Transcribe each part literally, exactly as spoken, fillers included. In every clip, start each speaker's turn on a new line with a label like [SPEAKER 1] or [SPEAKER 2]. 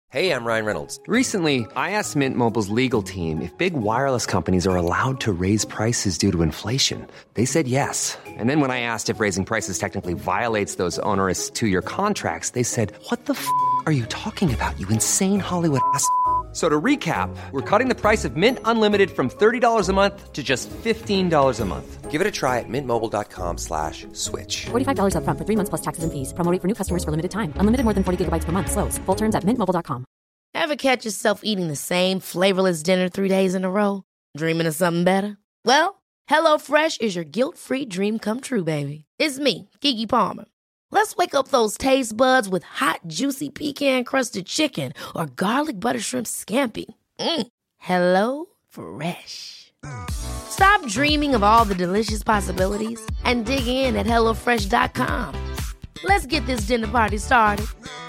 [SPEAKER 1] Hey, I'm Ryan Reynolds.
[SPEAKER 2] Recently, I asked Mint Mobile's legal team if big wireless companies are allowed to raise prices due to inflation. They said yes. And then when I asked if raising prices technically violates those onerous two-year contracts, they said, "What the f*** are you talking about, you insane Hollywood ass?" So to recap, we're cutting the price of Mint Unlimited from thirty dollars a month to just fifteen dollars a month.
[SPEAKER 1] Give it a try at mintmobile.com slash switch.
[SPEAKER 3] forty-five dollars up front for three months plus taxes and fees. Promo rate for new customers for limited time. Unlimited more than forty gigabytes per month. Slows full terms at mint mobile dot com.
[SPEAKER 4] Ever catch yourself eating the same flavorless dinner three days in a row? Dreaming of something better? Well, HelloFresh is your guilt-free dream come true, baby. It's me, Keke Palmer. Let's wake up those taste buds with hot, juicy pecan-crusted chicken or garlic butter shrimp scampi. Mm. Hello Fresh. Stop dreaming of all the delicious possibilities and dig in at hello fresh dot com. Let's get this dinner party started.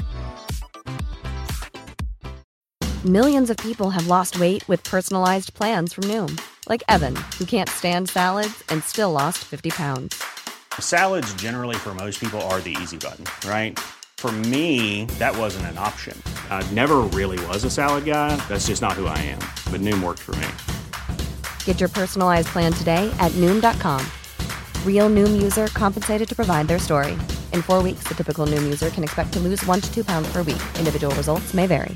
[SPEAKER 5] Millions of people have lost weight with personalized plans from Noom. Like Evan, who can't stand salads and still lost fifty pounds.
[SPEAKER 6] Salads generally for most people are the easy button, right? For me, that wasn't an option. I never really was a salad guy. That's just not who I am. But Noom worked for me.
[SPEAKER 5] Get your personalized plan today at Noom dot com. Real Noom user compensated to provide their story. In four weeks, the typical Noom user can expect to lose one to two pounds per week. Individual results may vary.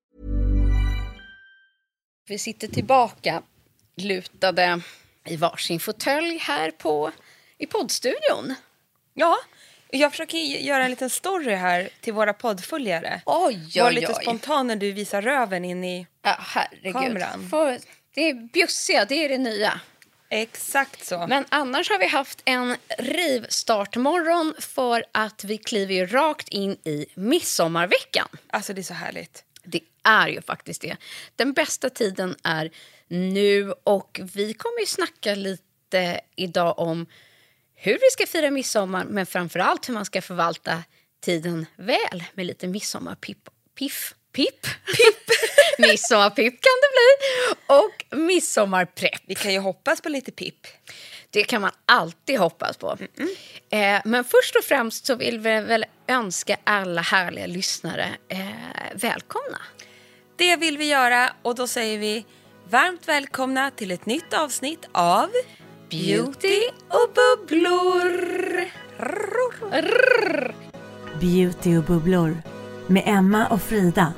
[SPEAKER 7] Vi sitter tillbaka lutade i varsin fåtölj här på i poddstudion.
[SPEAKER 8] Ja, jag försöker göra en liten story här till våra poddföljare.
[SPEAKER 7] Oj, oj,
[SPEAKER 8] Var lite
[SPEAKER 7] oj.
[SPEAKER 8] spontan när du visar röven in i
[SPEAKER 7] ja, herregud.
[SPEAKER 8] kameran.
[SPEAKER 7] För, det är bjussiga, det är det nya.
[SPEAKER 8] Exakt så.
[SPEAKER 7] Men annars har vi haft en rivstartmorgon för att vi kliver ju rakt in i midsommarveckan.
[SPEAKER 8] Alltså det är så härligt.
[SPEAKER 7] Det är ju faktiskt det. Den bästa tiden är nu och vi kommer ju snacka lite idag om hur vi ska fira midsommar men framförallt hur man ska förvalta tiden väl med lite midsommarpipp. Piff, pipp, pipp. Midsommarpipp kan det bli. Och midsommarprepp.
[SPEAKER 8] Vi kan ju hoppas på lite pipp.
[SPEAKER 7] Det kan man alltid hoppas på. Eh, men först och främst så vill vi väl önska alla härliga lyssnare eh, välkomna.
[SPEAKER 8] Det vill vi göra och då säger vi varmt välkomna till ett nytt avsnitt av Beauty och bubblor.
[SPEAKER 7] Rrr.
[SPEAKER 9] Beauty och bubblor med Emma och Frida.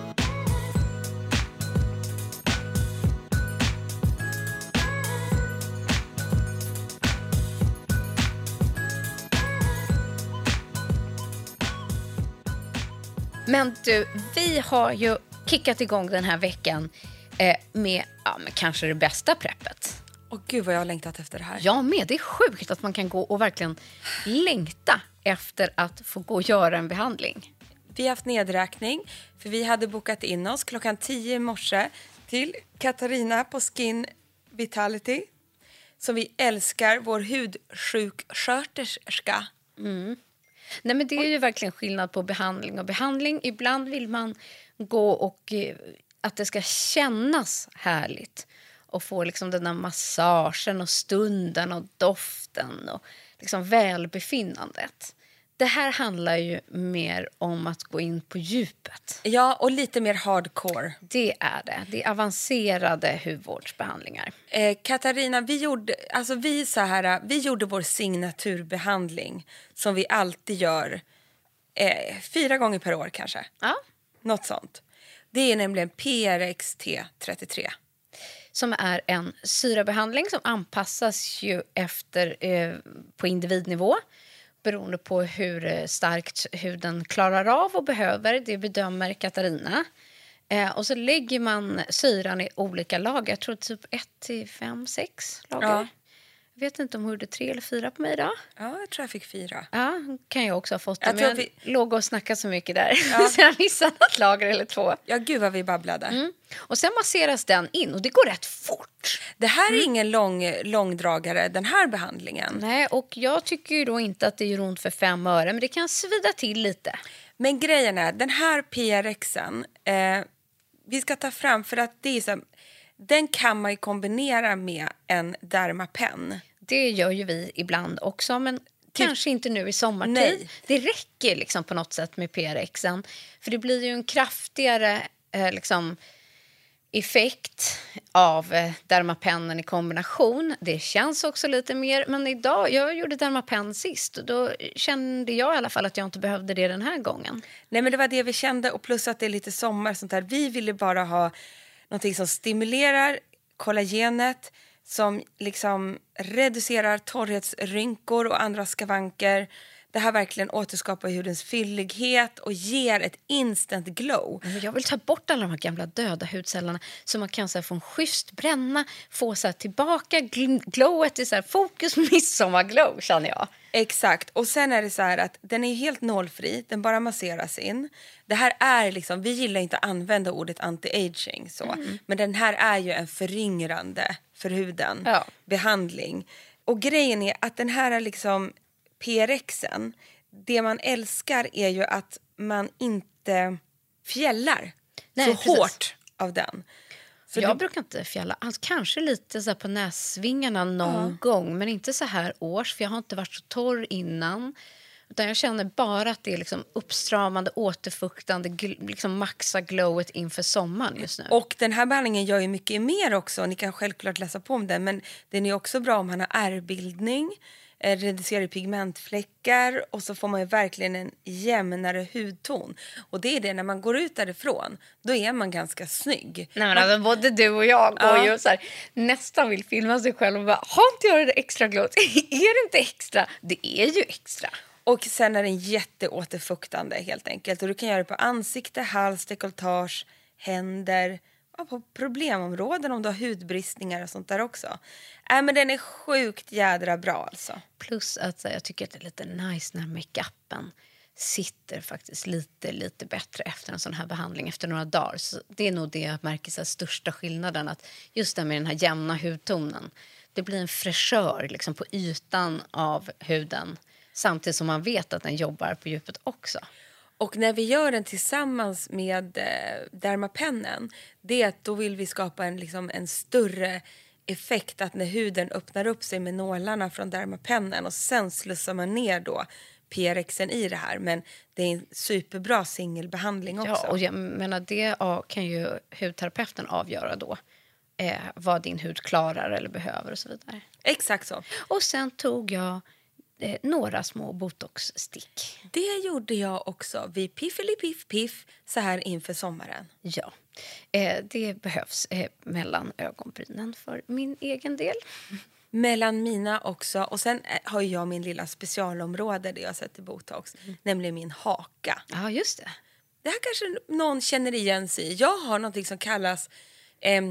[SPEAKER 7] Men du, vi har ju kickat igång den här veckan eh, med, ja, med kanske det bästa preppet.
[SPEAKER 8] Åh gud vad jag har längtat efter det här.
[SPEAKER 7] Jag med, det är sjukt att man kan gå och verkligen längta efter att få gå och göra en behandling.
[SPEAKER 8] Vi har haft nedräkning för vi hade bokat in oss klockan tio i morse till Katarina på Skin Vitality. Som vi älskar, vår hudsjuksköterska.
[SPEAKER 7] Mm. Nej men det är ju verkligen skillnad på behandling och behandling. Ibland vill man gå och eh, att det ska kännas härligt. Och få liksom den där massagen och stunden och doften och liksom välbefinnandet. Det här handlar ju mer om att gå in på djupet.
[SPEAKER 8] Ja, och lite mer hardcore.
[SPEAKER 7] Det är det. Det är avancerade hudvårdsbehandlingar.
[SPEAKER 8] Eh, Katarina, vi gjorde, alltså vi, så här, vi gjorde vår signaturbehandling som vi alltid gör eh, fyra gånger per år kanske.
[SPEAKER 7] Ja.
[SPEAKER 8] Något sånt. Det är nämligen P R X T trettiotre.
[SPEAKER 7] Som är en syrabehandling som anpassas ju efter eh, på individnivå. Beroende på hur starkt huden klarar av och behöver. Det bedömer Katarina. Eh, och så lägger man syran i olika lager. Jag tror typ ett till fem, sex lager.
[SPEAKER 8] Ja.
[SPEAKER 7] Jag vet inte om hon gjorde tre eller fyra på mig idag.
[SPEAKER 8] Ja, jag tror jag fick fyra.
[SPEAKER 7] Ja, kan jag också ha fått det.
[SPEAKER 8] Jag
[SPEAKER 7] men jag
[SPEAKER 8] vi...
[SPEAKER 7] låg och snackade så mycket där.
[SPEAKER 8] Ja.
[SPEAKER 7] Så jag missade något lager eller två.
[SPEAKER 8] Ja, gud vad vi babblade.
[SPEAKER 7] Mm. Och sen masseras den in och det går rätt fort.
[SPEAKER 8] Det här är
[SPEAKER 7] Mm.
[SPEAKER 8] ingen lång, långdragare, den här behandlingen.
[SPEAKER 7] Nej, och jag tycker ju då inte att det gör ont för fem öre. Men det kan svida till lite.
[SPEAKER 8] Men grejen är, den här P R Xen, eh, vi ska ta fram för att det är så, den kan man ju kombinera med en Dermapen.
[SPEAKER 7] Det gör ju vi ibland också, men Kanske inte nu i sommartid.
[SPEAKER 8] Nej.
[SPEAKER 7] Det räcker liksom på något sätt med P R Xen. För det blir ju en kraftigare eh, liksom, effekt av eh, Dermapennen i kombination. Det känns också lite mer. Men idag, jag gjorde Dermapen sist. Och då kände jag i alla fall att jag inte behövde det den här gången.
[SPEAKER 8] Nej, men det var det vi kände. Och plus att det är lite sommar. Sånt där. Vi ville bara ha någonting som stimulerar kollagenet. Som liksom reducerar torrhetsrynkor och andra skavanker. Det här verkligen återskapar hudens fyllighet och ger ett instant glow.
[SPEAKER 7] Jag vill ta bort alla de här gamla döda hudcellerna så man kan så här, få en schysst bränna, få så här, tillbaka gl- glowet i så här, fokus midsommarglow, känner jag.
[SPEAKER 8] Exakt. Och sen är det så här att den är helt nålfri, den bara masseras in. Det här är liksom, vi gillar inte att använda ordet anti-aging så. Mm. Men den här är ju en föryngrande för huden
[SPEAKER 7] ja.
[SPEAKER 8] behandling. Och grejen är att den här är liksom P R Xen, det man älskar är ju att man inte fjällar
[SPEAKER 7] Nej,
[SPEAKER 8] så
[SPEAKER 7] precis.
[SPEAKER 8] hårt av den. Så
[SPEAKER 7] jag
[SPEAKER 8] det...
[SPEAKER 7] brukar inte fjälla, alltså, kanske lite så här på näsvingarna någon
[SPEAKER 8] ja.
[SPEAKER 7] gång, men inte så här års, för jag har inte varit så torr innan. Utan jag känner bara att det är liksom uppstramande, återfuktande, gl- liksom maxa glowet inför sommaren just nu.
[SPEAKER 8] Och den här behandlingen gör ju mycket mer också. Ni kan självklart läsa på om den, men den är också bra om man har ärrbildning, eh, reducerar pigmentfläckar och så får man ju verkligen en jämnare hudton. Och det är det, när man går ut därifrån, då är man ganska snygg.
[SPEAKER 7] Nej, men alltså, både du och jag går
[SPEAKER 8] ja.
[SPEAKER 7] ju så här, nästan vill filma sig själv och bara, har inte jag det extra glowet? Är det inte extra? Det är ju extra.
[SPEAKER 8] Och sen är den jätteåterfuktande helt enkelt. Och du kan göra det på ansikte, hals, dekolletage, händer. Ja, på problemområden om du har hudbristningar och sånt där också. Äh, men den är sjukt jädra bra alltså.
[SPEAKER 7] Plus att så, jag tycker att det är lite nice när makeupen sitter faktiskt lite, lite bättre efter en sån här behandling efter några dagar. Så det är nog det jag märker så här, största skillnaden. Att just det med den här jämna hudtonen. Det blir en fräschör liksom, på ytan av huden. Samtidigt som man vet att den jobbar på djupet också.
[SPEAKER 8] Och när vi gör den tillsammans med eh, Dermapennen, det är att då vill vi skapa en, liksom, en större effekt. Att när huden öppnar upp sig med nålarna från Dermapennen och sen slussar man ner då P R Xen i det här. Men det är en superbra singelbehandling också.
[SPEAKER 7] Ja, och jag menar, det kan ju hudterapeuten avgöra då. Eh, vad din hud klarar eller behöver och så vidare.
[SPEAKER 8] Exakt så.
[SPEAKER 7] Och sen tog jag eh, några små botoxstick.
[SPEAKER 8] Det gjorde jag också. Vi piffeli piff piff så här inför sommaren.
[SPEAKER 7] Ja, eh, det behövs eh, mellan ögonbrynen för min egen del.
[SPEAKER 8] Mellan mina också. Och sen har jag min lilla specialområde där jag sätter botox. Mm. Nämligen min haka.
[SPEAKER 7] Ja, just det.
[SPEAKER 8] Det här kanske någon känner igen sig i. Jag har något som kallas eh,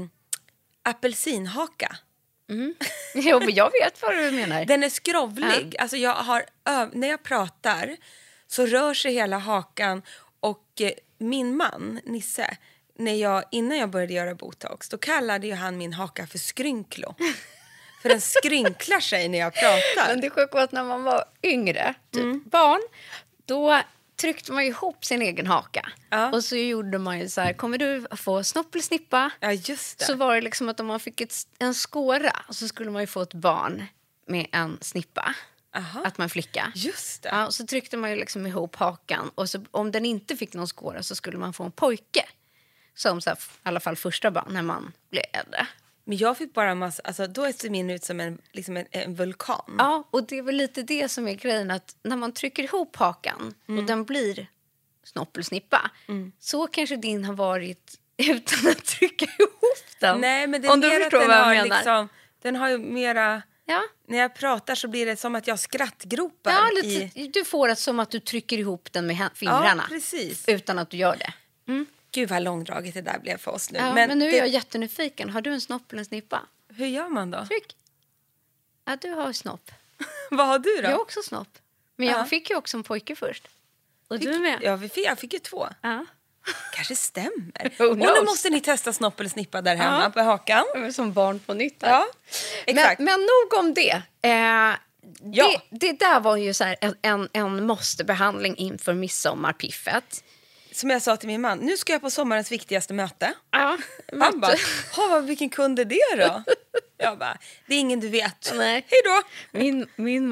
[SPEAKER 8] apelsinhaka.
[SPEAKER 7] Mm. Jo, men jag vet vad du menar.
[SPEAKER 8] Den är skrovlig.
[SPEAKER 7] Ja.
[SPEAKER 8] Alltså jag har, när jag pratar så rör sig hela hakan. Och eh, min man, Nisse, när jag, innan jag började göra botox, då kallade ju han min haka för skrynklo. För den skrynklar sig när jag pratar.
[SPEAKER 7] Men det sjuka var att när man var yngre, typ mm. barn, då tryckte man ihop sin egen haka. Ja. Och så gjorde man ju så här, kommer du få snopp eller snippa?
[SPEAKER 8] Ja, just det.
[SPEAKER 7] Så var det liksom att om man fick ett, en skåra så skulle man ju få ett barn med en snippa. Aha. Att man flicka.
[SPEAKER 8] Just det.
[SPEAKER 7] Ja, och så tryckte man ju liksom ihop hakan. Och så, om den inte fick någon skåra så skulle man få en pojke. Som så här, i alla fall första barn när man blev äldre.
[SPEAKER 8] Men jag fick bara en massa, alltså då ser min ut som en, liksom en, en vulkan.
[SPEAKER 7] Ja, och det är väl lite det som är grejen, att när man trycker ihop hakan mm. och den blir snopp eller snippa, mm. så kanske din har varit utan att trycka ihop den.
[SPEAKER 8] Nej, men det är
[SPEAKER 7] om
[SPEAKER 8] mer
[SPEAKER 7] du
[SPEAKER 8] att
[SPEAKER 7] förstår
[SPEAKER 8] den
[SPEAKER 7] vad jag
[SPEAKER 8] har
[SPEAKER 7] menar.
[SPEAKER 8] Liksom, den har ju mera,
[SPEAKER 7] ja.
[SPEAKER 8] När jag pratar så blir det som att jag skrattgropar.
[SPEAKER 7] Ja, lite,
[SPEAKER 8] i...
[SPEAKER 7] du får det som att du trycker ihop den med fingrarna.
[SPEAKER 8] Ja, precis.
[SPEAKER 7] Utan att du gör det. Mm.
[SPEAKER 8] Gud vad långdraget det där blev för oss nu.
[SPEAKER 7] Ja,
[SPEAKER 8] men,
[SPEAKER 7] men nu är
[SPEAKER 8] det...
[SPEAKER 7] jag jättenyfiken. Har du en snopp eller en snippa?
[SPEAKER 8] Hur gör man då?
[SPEAKER 7] Tryck. Ja, du har snopp.
[SPEAKER 8] Vad har du då?
[SPEAKER 7] Jag har också snopp. Men jag
[SPEAKER 8] ja.
[SPEAKER 7] fick ju också en pojke först. Och
[SPEAKER 8] fick...
[SPEAKER 7] du med.
[SPEAKER 8] Ja, jag fick ju två.
[SPEAKER 7] Ja.
[SPEAKER 8] Kanske stämmer. Och nu måste ni testa snopp eller snippa där hemma ja. på hakan.
[SPEAKER 7] Som barn på nytt.
[SPEAKER 8] Ja, exakt.
[SPEAKER 7] Men, men nog om det. Eh,
[SPEAKER 8] ja.
[SPEAKER 7] det. Det där var ju så här en, en, en måste-behandling inför midsommarpiffet.
[SPEAKER 8] Som jag sa till min man, nu ska jag på sommarens viktigaste möte.
[SPEAKER 7] Ja,
[SPEAKER 8] han bara, ha, vilken kund är det då? Jag bara, det är ingen du vet.
[SPEAKER 7] Nej.
[SPEAKER 8] Hej då.
[SPEAKER 7] Min, min man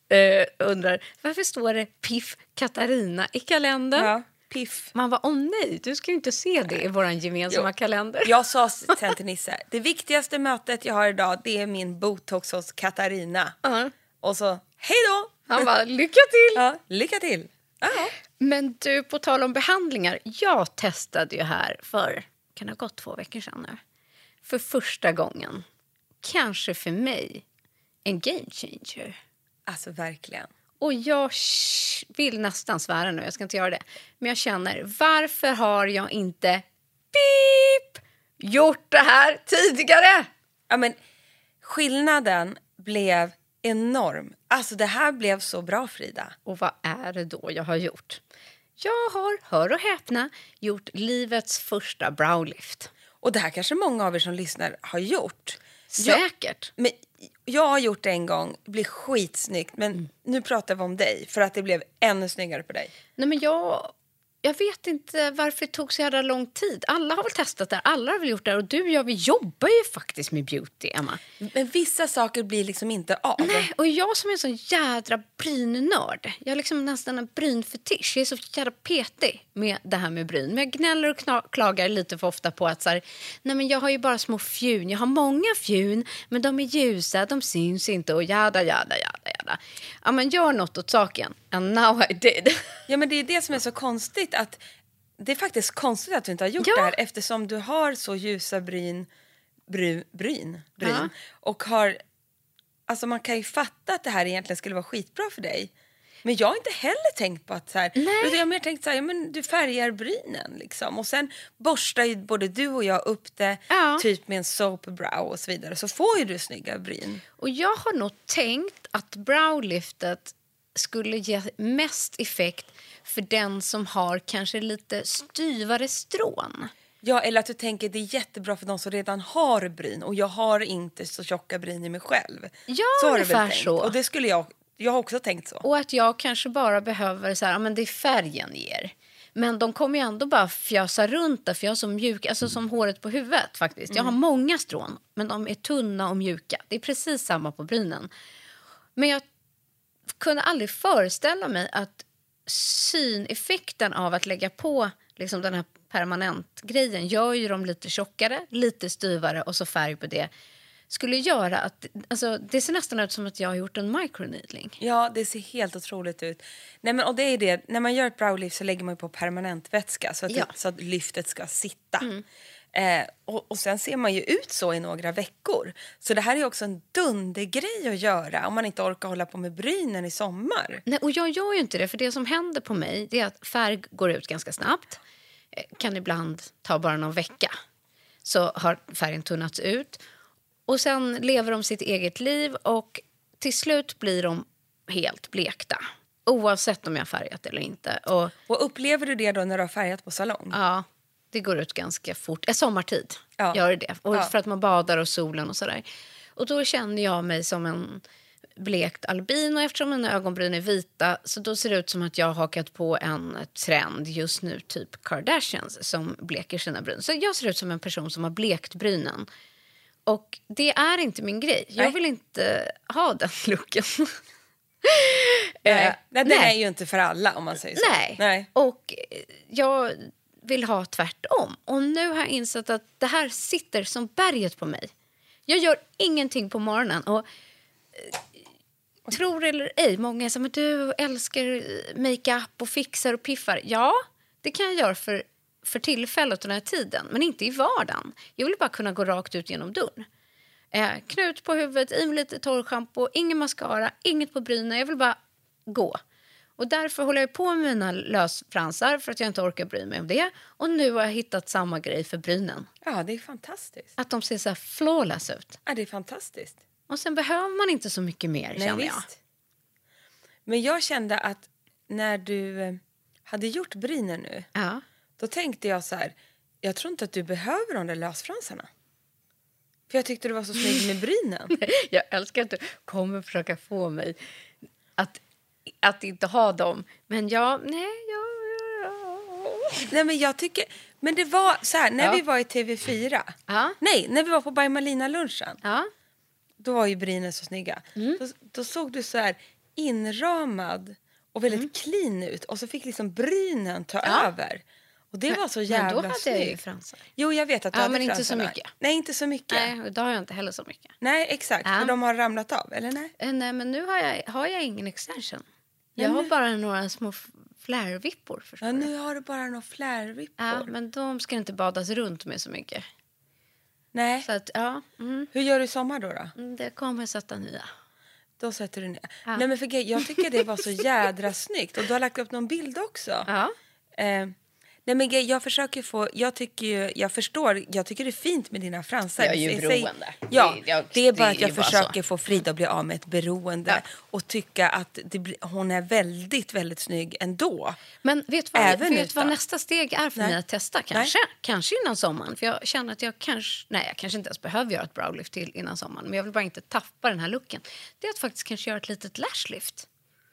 [SPEAKER 7] eh, undrar, varför står det Piff Katarina i kalendern?
[SPEAKER 8] Ja, Piff.
[SPEAKER 7] Man var, åh nej, du ska ju inte se det i vår gemensamma
[SPEAKER 8] Jo.
[SPEAKER 7] kalender.
[SPEAKER 8] Jag sa sen till Nisse, det viktigaste mötet jag har idag, det är min botox hos Katarina.
[SPEAKER 7] Uh-huh.
[SPEAKER 8] Och så, hej då!
[SPEAKER 7] Han bara, lycka till!
[SPEAKER 8] Ja, lycka till! Ja.
[SPEAKER 7] Men du, på tal om behandlingar, jag testade ju här för, kan det ha gått två veckor sedan nu? För första gången, kanske för mig, en game changer.
[SPEAKER 8] Alltså verkligen.
[SPEAKER 7] Och jag sh- vill nästan svära nu, jag ska inte göra det. Men jag känner, varför har jag inte beep, gjort det här tidigare?
[SPEAKER 8] Ja, men skillnaden blev enorm. Alltså det här blev så bra, Frida.
[SPEAKER 7] Och vad är det då jag har gjort? Jag har, hör och häpna, gjort livets första browlift.
[SPEAKER 8] Och det här kanske många av er som lyssnar har gjort.
[SPEAKER 7] Säkert.
[SPEAKER 8] Jag, men jag har gjort det en gång, det blir skitsnyggt. Men mm. nu pratar vi om dig, för att det blev ännu snyggare på dig.
[SPEAKER 7] Nej, men jag, jag vet inte varför det tog så jävla lång tid. Alla har väl testat det, alla har väl gjort det. Och du och jag, vi jobbar ju faktiskt med beauty, Emma.
[SPEAKER 8] Men vissa saker blir liksom inte av.
[SPEAKER 7] Nej, och jag som är en sån jädra brynnörd. Jag har liksom nästan en brynfetisch. Jag är så jädra petig med det här med bryn. Men jag gnäller och kna- klagar lite för ofta på att så här, nej men jag har ju bara små fjun. Jag har många fjun, men de är ljusa, de syns inte och jada, jada, jada, jada. Ja, men gör något åt saken. And now I did.
[SPEAKER 8] Ja, men det är det som är så konstigt, att det är faktiskt konstigt att du inte har gjort
[SPEAKER 7] Ja.
[SPEAKER 8] det här, eftersom du har så ljusa bryn, brun, bryn, bryn
[SPEAKER 7] Ja.
[SPEAKER 8] och har, alltså man kan ju fatta att det här egentligen skulle vara skitbra för dig. Men jag har inte heller tänkt på att så här,
[SPEAKER 7] Nej.
[SPEAKER 8] utan jag har mer tänkt så här, ja, men du färgar brynen liksom, och sen borstar ju både du och jag upp det
[SPEAKER 7] Ja.
[SPEAKER 8] typ med en soap brow och så vidare, så får ju du snygga bryn.
[SPEAKER 7] Och jag har nog tänkt att browliftet skulle ge mest effekt för den som har kanske lite styvare strån.
[SPEAKER 8] Ja, eller att du tänker det är jättebra för de som redan har bryn, och jag har inte så tjocka bryn i mig själv.
[SPEAKER 7] Ja,
[SPEAKER 8] så har du väl
[SPEAKER 7] ungefär
[SPEAKER 8] tänkt.
[SPEAKER 7] så.
[SPEAKER 8] Och det skulle jag, jag har också tänkt så.
[SPEAKER 7] Och att jag kanske bara behöver så här, ja, men det är färgen ger. Men de kommer ju ändå bara fjösa runt där, för jag är så mjuk, alltså som håret på huvudet faktiskt. Jag har många strån, men de är tunna och mjuka. Det är precis samma på brynen. Men jag kunde aldrig föreställa mig att syneffekten av att lägga på liksom den här permanentgrejen gör ju dem lite tjockare, lite styvare och så färg på det. Skulle göra att, alltså det ser nästan ut som att jag har gjort en microneedling.
[SPEAKER 8] Ja, det ser helt otroligt ut. Nej, men, och det är det, när man gör ett browlift så lägger man ju på permanent vätska så att,
[SPEAKER 7] Ja.
[SPEAKER 8] det, så att lyftet ska sitta.
[SPEAKER 7] Mm.
[SPEAKER 8] Eh, och, och sen ser man ju ut så i några veckor. Så det här är också en dundergrej att göra om man inte orkar hålla på med brynen i sommar.
[SPEAKER 7] Nej, och jag gör ju inte det, för det som händer på mig det är att färg går ut ganska snabbt. Eh, Kan ibland ta bara någon vecka. Så har färgen tunnats ut. Och sen lever de sitt eget liv och till slut blir de helt blekta. Oavsett om jag har färgat eller inte. Och
[SPEAKER 8] Och upplever du det då när du har färgat på salong?
[SPEAKER 7] ja, det går ut ganska fort. Eh, sommartid
[SPEAKER 8] Ja.
[SPEAKER 7] gör det. Och
[SPEAKER 8] Ja.
[SPEAKER 7] för att man badar och solen och sådär. Och då känner jag mig som en blekt albino, eftersom mina ögonbryn är vita. Så då ser det ut som att jag har hakat på en trend just nu, typ Kardashians, som bleker sina bryn. Så jag ser ut som en person som har blekt brynen. Och det är inte min grej. Jag
[SPEAKER 8] Nej.
[SPEAKER 7] vill inte ha den looken.
[SPEAKER 8] Nej,
[SPEAKER 7] Eh,
[SPEAKER 8] nej, den är ju inte för alla om man säger så.
[SPEAKER 7] Nej.
[SPEAKER 8] Nej.
[SPEAKER 7] Och eh, jag vill ha tvärtom. Och nu har jag insett att det här sitter som berget på mig. Jag gör ingenting på morgonen. Och eh, tror eller ej, många är som att du älskar makeup och fixar och piffar. Ja, det kan jag göra för, för tillfället och den här tiden. Men inte i vardagen. Jag vill bara kunna gå rakt ut genom dörren. Eh, knut på huvudet, i med lite torrschampo, ingen mascara, inget på brynen. Jag vill bara gå. Och därför håller jag på med mina lösfransar för att jag inte orkar bry mig om det. Och nu har jag hittat samma grej för brynen.
[SPEAKER 8] Ja, det är fantastiskt.
[SPEAKER 7] Att de ser så här flawless ut.
[SPEAKER 8] Ja, det är fantastiskt.
[SPEAKER 7] Och sen behöver man inte så mycket mer,
[SPEAKER 8] Nej,
[SPEAKER 7] känner jag.
[SPEAKER 8] visst. Men jag kände att när du eh, hade gjort brynen nu,
[SPEAKER 7] Ja.
[SPEAKER 8] då tänkte jag så här, jag tror inte att du behöver de där lösfransarna. För jag tyckte du var så snygg med brynen.
[SPEAKER 7] Jag älskar att du kommer försöka få mig att, att inte ha dem. Men ja, nej, ja, ja, ja.
[SPEAKER 8] Nej, men jag tycker, men det var så här, när
[SPEAKER 7] Ja.
[SPEAKER 8] vi var i T V fyra.
[SPEAKER 7] Ja.
[SPEAKER 8] Nej, när vi var på By Malina lunchen.
[SPEAKER 7] Ja.
[SPEAKER 8] Då var ju brynen så snygga.
[SPEAKER 7] Mm.
[SPEAKER 8] Då, då såg du så här inramad och väldigt mm. clean ut. Och så fick liksom brynen ta ja. över. Och det
[SPEAKER 7] men,
[SPEAKER 8] var så jävla snyggt.
[SPEAKER 7] Men då hade snyggt. jag ju fransar.
[SPEAKER 8] Jo, jag vet att du
[SPEAKER 7] ja,
[SPEAKER 8] hade
[SPEAKER 7] men inte
[SPEAKER 8] fransarna.
[SPEAKER 7] så mycket.
[SPEAKER 8] Nej, inte så mycket.
[SPEAKER 7] Nej, då har jag inte heller så mycket.
[SPEAKER 8] Nej, exakt.
[SPEAKER 7] Ja.
[SPEAKER 8] För de har ramlat av, eller nej?
[SPEAKER 7] Eh, nej, men nu har jag, har jag ingen extension. Jag nej, har bara några små flärvippor.
[SPEAKER 8] Ja, nu har du bara några flärvippor.
[SPEAKER 7] Ja, men de ska inte badas runt med så mycket.
[SPEAKER 8] Nej.
[SPEAKER 7] Så att, ja. Mm.
[SPEAKER 8] Hur gör du i sommar då? då?
[SPEAKER 7] Det kommer jag sätta nya.
[SPEAKER 8] Då sätter du ner. Ja. Nej, men för jag tycker det var så jädra snyggt. Och du har lagt upp någon bild också.
[SPEAKER 7] Ja.
[SPEAKER 8] Eh, nej, men jag försöker få... Jag tycker ju... Jag förstår... Jag tycker det är fint med dina fransar.
[SPEAKER 7] Jag är ju beroende.
[SPEAKER 8] Ja,
[SPEAKER 7] det, jag,
[SPEAKER 8] det är bara
[SPEAKER 7] det
[SPEAKER 8] att jag
[SPEAKER 7] bara
[SPEAKER 8] försöker
[SPEAKER 7] så.
[SPEAKER 8] få Frida att bli av med ett beroende.
[SPEAKER 7] Ja.
[SPEAKER 8] Och tycka att det blir, hon är väldigt, väldigt snygg ändå.
[SPEAKER 7] Men vet du vad,
[SPEAKER 8] Även
[SPEAKER 7] vet vad nästa steg är för
[SPEAKER 8] nej.
[SPEAKER 7] mig att testa? Kanske, kanske innan sommaren. För jag känner att jag kanske... Nej, jag kanske inte ens behöver göra ett browlift till innan sommaren. Men jag vill bara inte tappa den här looken. Det är att faktiskt kanske göra ett litet lashlift.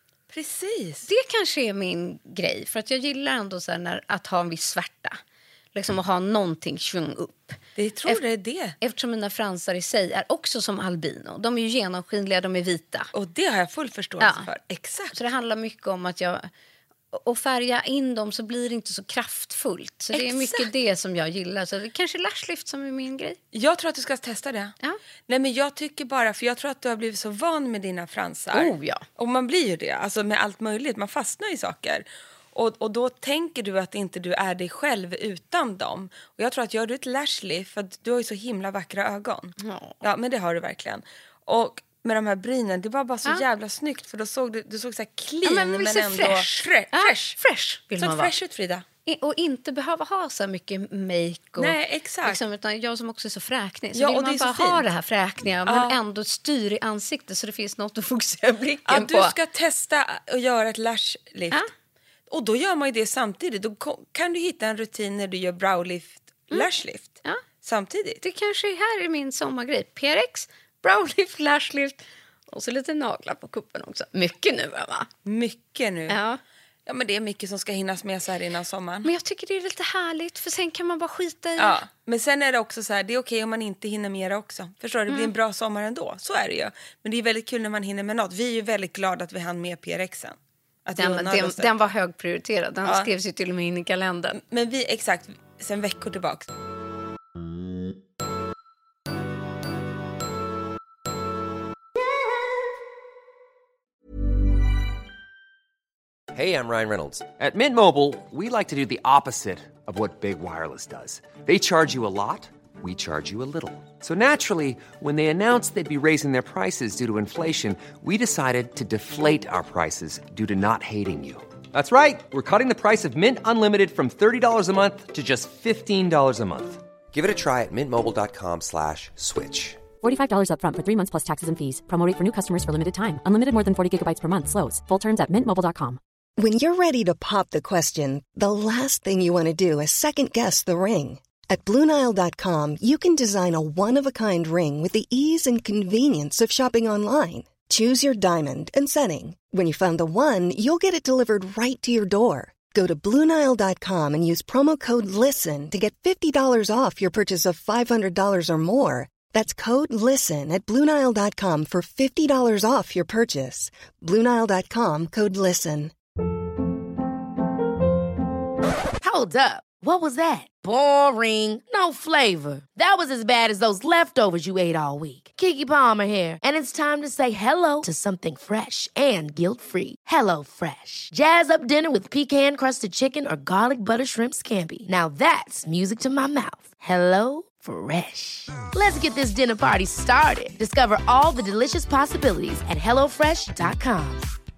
[SPEAKER 8] Precis.
[SPEAKER 7] Det kanske är min grej. För att jag gillar ändå så här när, att ha en viss svärta. Liksom att ha någonting svung upp.
[SPEAKER 8] Det tror Eft- det är det.
[SPEAKER 7] Eftersom mina fransar i sig är också som albino. De är ju genomskinliga, de är vita.
[SPEAKER 8] Och det har jag full förståelse
[SPEAKER 7] ja.
[SPEAKER 8] för. Exakt.
[SPEAKER 7] Så det handlar mycket om att jag... Och färga in dem så blir det inte så kraftfullt. Så det är
[SPEAKER 8] Exakt.
[SPEAKER 7] mycket det som jag gillar. Så det är kanske lashlift som är min grej.
[SPEAKER 8] Jag tror att du ska testa det.
[SPEAKER 7] Ja.
[SPEAKER 8] Nej, men jag tycker bara, för jag tror att du har blivit så van med dina fransar.
[SPEAKER 7] Oh, ja.
[SPEAKER 8] Och man blir ju det, alltså med allt möjligt. Man fastnar i saker. Och, och då tänker du att inte du är dig själv utan dem. Och jag tror att gör du ett lashlift, för att du har ju så himla vackra ögon.
[SPEAKER 7] Ja.
[SPEAKER 8] Ja, men det har du verkligen. Och med de här brynen, det var bara så ja. jävla snyggt. För då såg du, du såg så här clean,
[SPEAKER 7] ja, men, men ändå...
[SPEAKER 8] Fresh. Fre-
[SPEAKER 7] ja,
[SPEAKER 8] fresh.
[SPEAKER 7] fresh vill
[SPEAKER 8] så
[SPEAKER 7] man vara.
[SPEAKER 8] fresh ut, Frida.
[SPEAKER 7] Och inte behöva ha så mycket make och...
[SPEAKER 8] Nej, exakt.
[SPEAKER 7] Liksom, utan jag som också är så fräknig. Så
[SPEAKER 8] ja,
[SPEAKER 7] vill
[SPEAKER 8] och
[SPEAKER 7] man
[SPEAKER 8] det
[SPEAKER 7] bara
[SPEAKER 8] så
[SPEAKER 7] ha
[SPEAKER 8] fint.
[SPEAKER 7] det här fräkniga,
[SPEAKER 8] ja.
[SPEAKER 7] men ändå styr i ansiktet så det finns något att fokusera blicken
[SPEAKER 8] ja,
[SPEAKER 7] på.
[SPEAKER 8] Du ska testa att göra ett lashlift.
[SPEAKER 7] Ja.
[SPEAKER 8] Och då gör man ju det samtidigt. Då kan du hitta en rutin när du gör browlift, mm. lashlift.
[SPEAKER 7] Ja.
[SPEAKER 8] Samtidigt.
[SPEAKER 7] Det kanske här är min sommargrej. P R X, browlift, lashlift och så lite naglar på kuppen också. Mycket nu, va?
[SPEAKER 8] Mycket nu.
[SPEAKER 7] Ja.
[SPEAKER 8] Ja, men det är mycket som ska hinnas med så här innan sommaren.
[SPEAKER 7] Men jag tycker det är lite härligt, för sen kan man bara skita i.
[SPEAKER 8] Ja, men sen är det också så här, det är okej om man inte hinner med det också. Förstår du? Det blir en bra sommar ändå. Så är det ju. Men det är väldigt kul när man hinner med något. Vi är ju väldigt glada att vi hann med P R Xen. Att
[SPEAKER 7] den, den, den var högprioriterad. Den
[SPEAKER 8] ja.
[SPEAKER 7] skrevs ju till och med in i kalendern.
[SPEAKER 8] Men vi, exakt, sen veckor tillbaka.
[SPEAKER 1] Hey, I'm Ryan Reynolds.
[SPEAKER 2] At Mint Mobile, we like to do the opposite of what Big Wireless does. They charge you a lot, we charge you a little. So naturally, when they announced they'd be raising their prices due to inflation, we decided to deflate our prices due to not hating you. That's right. We're cutting the price of Mint Unlimited from thirty dollars a month to just fifteen dollars a month.
[SPEAKER 1] Give it a try at mintmobile.com slash switch.
[SPEAKER 3] forty-five dollars up front for three months plus taxes and fees. Promo rate for new customers for limited time. Unlimited more than forty gigabytes per month. Slows full terms at mint mobile dot com.
[SPEAKER 10] When you're ready to pop the question, the last thing you want to do is second-guess the ring. At Blue Nile dot com, you can design a one-of-a-kind ring with the ease and convenience of shopping online. Choose your diamond and setting. When you find the one, you'll get it delivered right to your door. Go to Blue Nile dot com and use promo code LISTEN to get fifty dollars off your purchase of five hundred dollars or more. That's code LISTEN at Blue Nile dot com for fifty dollars off your purchase. Blue Nile dot com, code LISTEN.
[SPEAKER 4] Hold up. What was that? Boring. No flavor. That was as bad as those leftovers you ate all week. Keke Palmer here, and it's time to say hello to something fresh and guilt-free. Hello Fresh. Jazz up dinner with pecan-crusted chicken or garlic butter shrimp scampi. Now that's music to my mouth. Hello Fresh. Let's get this dinner party started. Discover all the delicious possibilities at hello fresh dot com.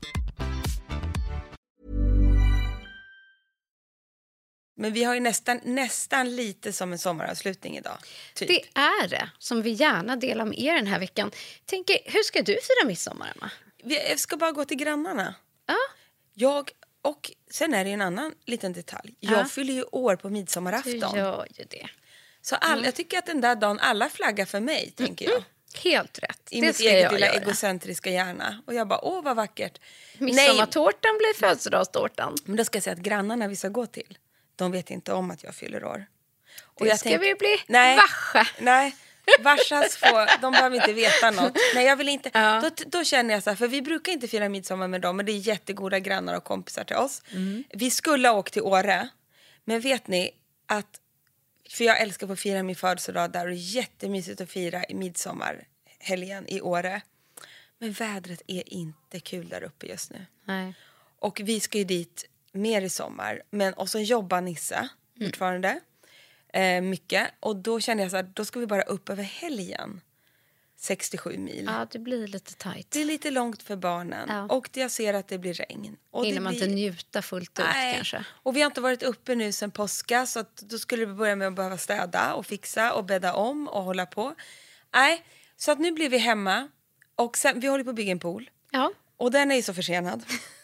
[SPEAKER 8] Men vi har ju nästan, nästan lite som en sommaravslutning idag. Typ.
[SPEAKER 7] Det är det, som vi gärna delar med er den här veckan. Tänker, hur ska du fira midsommar, Emma?
[SPEAKER 8] Vi ska bara gå till grannarna.
[SPEAKER 7] Ja.
[SPEAKER 8] Jag, och sen är det en annan liten detalj. Jag
[SPEAKER 7] ja.
[SPEAKER 8] fyller ju år på midsommarafton.
[SPEAKER 7] Du gör ju det.
[SPEAKER 8] Så all,
[SPEAKER 7] mm.
[SPEAKER 8] jag tycker att den där dagen alla flaggar för mig, tänker jag.
[SPEAKER 7] Helt rätt.
[SPEAKER 8] I
[SPEAKER 7] det
[SPEAKER 8] mitt
[SPEAKER 7] ska
[SPEAKER 8] eget
[SPEAKER 7] jag
[SPEAKER 8] lilla
[SPEAKER 7] göra.
[SPEAKER 8] egocentriska hjärna. Och jag bara, åh vad vackert.
[SPEAKER 7] Midsommartårtan blir födelsedagstårtan.
[SPEAKER 8] Men då ska jag säga att grannarna vi ska gå till, de vet inte om att jag fyller år.
[SPEAKER 7] Och det jag ska tänk, vi bli
[SPEAKER 8] nej,
[SPEAKER 7] varsche.
[SPEAKER 8] Nej, Varsas får, de behöver inte veta något. Nej, jag vill inte.
[SPEAKER 7] Ja.
[SPEAKER 8] Då, då känner jag så här, för vi brukar inte fira midsommar med dem, men det är jättegoda grannar och kompisar till oss. Mm. Vi skulle ha åkt till Åre, men vet ni att, för jag älskar att fira min födelsedag där och det är jättemysigt att fira i midsommarhelgen i Åre. Men vädret är inte kul där uppe just nu.
[SPEAKER 7] Nej.
[SPEAKER 8] Och vi ska ju dit mer i sommar, men och så jobbar Nissa mm. fortfarande. Eh, mycket. Och då kände jag så här, då ska vi bara upp över helgen. sextiosju mil.
[SPEAKER 7] Ja, det blir lite tajt.
[SPEAKER 8] Det är lite långt för barnen. Ja. Och jag ser att det blir regn. Och
[SPEAKER 7] hinner man
[SPEAKER 8] blir...
[SPEAKER 7] inte njuta fullt ut Nej. kanske.
[SPEAKER 8] Och vi har inte varit uppe nu sen påska. Så att då skulle vi börja med att behöva städa och fixa och bädda om och hålla på. Nej, så att nu blir vi hemma. Och sen, vi håller på att bygga en pool.
[SPEAKER 7] Ja.
[SPEAKER 8] Och den är ju så försenad.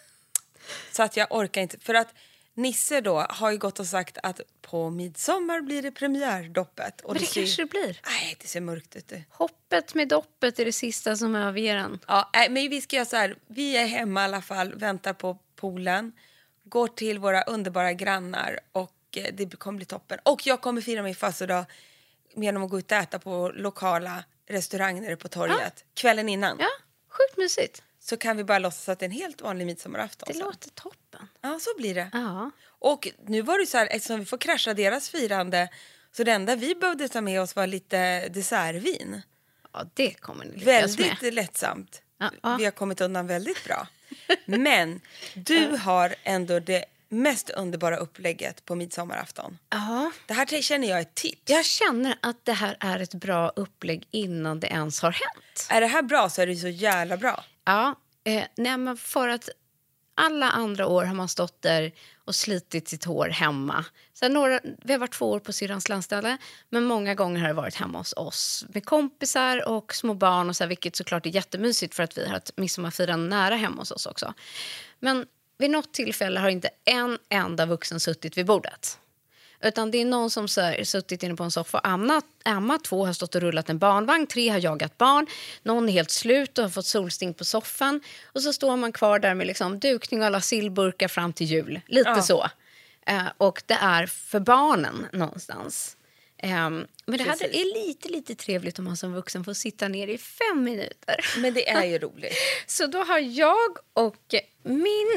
[SPEAKER 8] Så att jag orkar inte. För att Nisse då har ju gått och sagt att på midsommar blir det premiärdoppet. Och
[SPEAKER 7] Men det,
[SPEAKER 8] det ser...
[SPEAKER 7] kanske det blir.
[SPEAKER 8] Nej, det ser mörkt ut.
[SPEAKER 7] Hoppet med doppet är det sista som överger en.
[SPEAKER 8] Ja, men vi ska göra så här. Vi är hemma i alla fall, väntar på poolen. Går till våra underbara grannar och det kommer bli toppen. Och jag kommer fira min födelsedag genom att gå ut och äta på lokala restauranger på torget. Ja. Kvällen innan.
[SPEAKER 7] Ja, sjukt mysigt.
[SPEAKER 8] Så kan vi bara låtsas att det är en helt vanlig midsommarafton.
[SPEAKER 7] Det
[SPEAKER 8] så.
[SPEAKER 7] låter toppen.
[SPEAKER 8] Ja, så blir det.
[SPEAKER 7] Ja.
[SPEAKER 8] Och nu var det så här, eftersom vi får krascha deras firande, så det enda vi behövde ta med oss var lite dessertvin.
[SPEAKER 7] Ja, det kommer ni lyckas
[SPEAKER 8] väldigt
[SPEAKER 7] med.
[SPEAKER 8] lättsamt.
[SPEAKER 7] Ja, ja.
[SPEAKER 8] Vi har kommit undan väldigt bra. Men du har ändå det mest underbara upplägget på midsommarafton.
[SPEAKER 7] Ja.
[SPEAKER 8] Det här känner jag är ett tips.
[SPEAKER 7] Jag känner att det här är ett bra upplägg innan det ens har hänt.
[SPEAKER 8] Är det här bra så är det så jävla bra.
[SPEAKER 7] Ja, eh, nej, men för att alla andra år har man stått där och slitit sitt hår hemma. Så några, vi har varit två år på syrrans landställe, men många gånger har det varit hemma hos oss med kompisar och små barn och så här, vilket såklart är jättemysigt för att vi har ett midsommarfirande nära hemma hos oss också. Men vid något tillfälle har inte en enda vuxen suttit vid bordet. Utan det är någon som så här, suttit inne på en soffa och ammat, ammat. Två har stått och rullat en barnvagn. Tre har jagat barn. Någon är helt slut och har fått solsting på soffan. Och så står man kvar där med liksom dukning och alla sillburkar fram till jul. Lite ja. så. Eh, och det är för barnen någonstans. Eh, men det här är lite, lite trevligt om man som vuxen får sitta ner i fem minuter.
[SPEAKER 8] Men det är ju roligt.
[SPEAKER 7] Så då har jag och min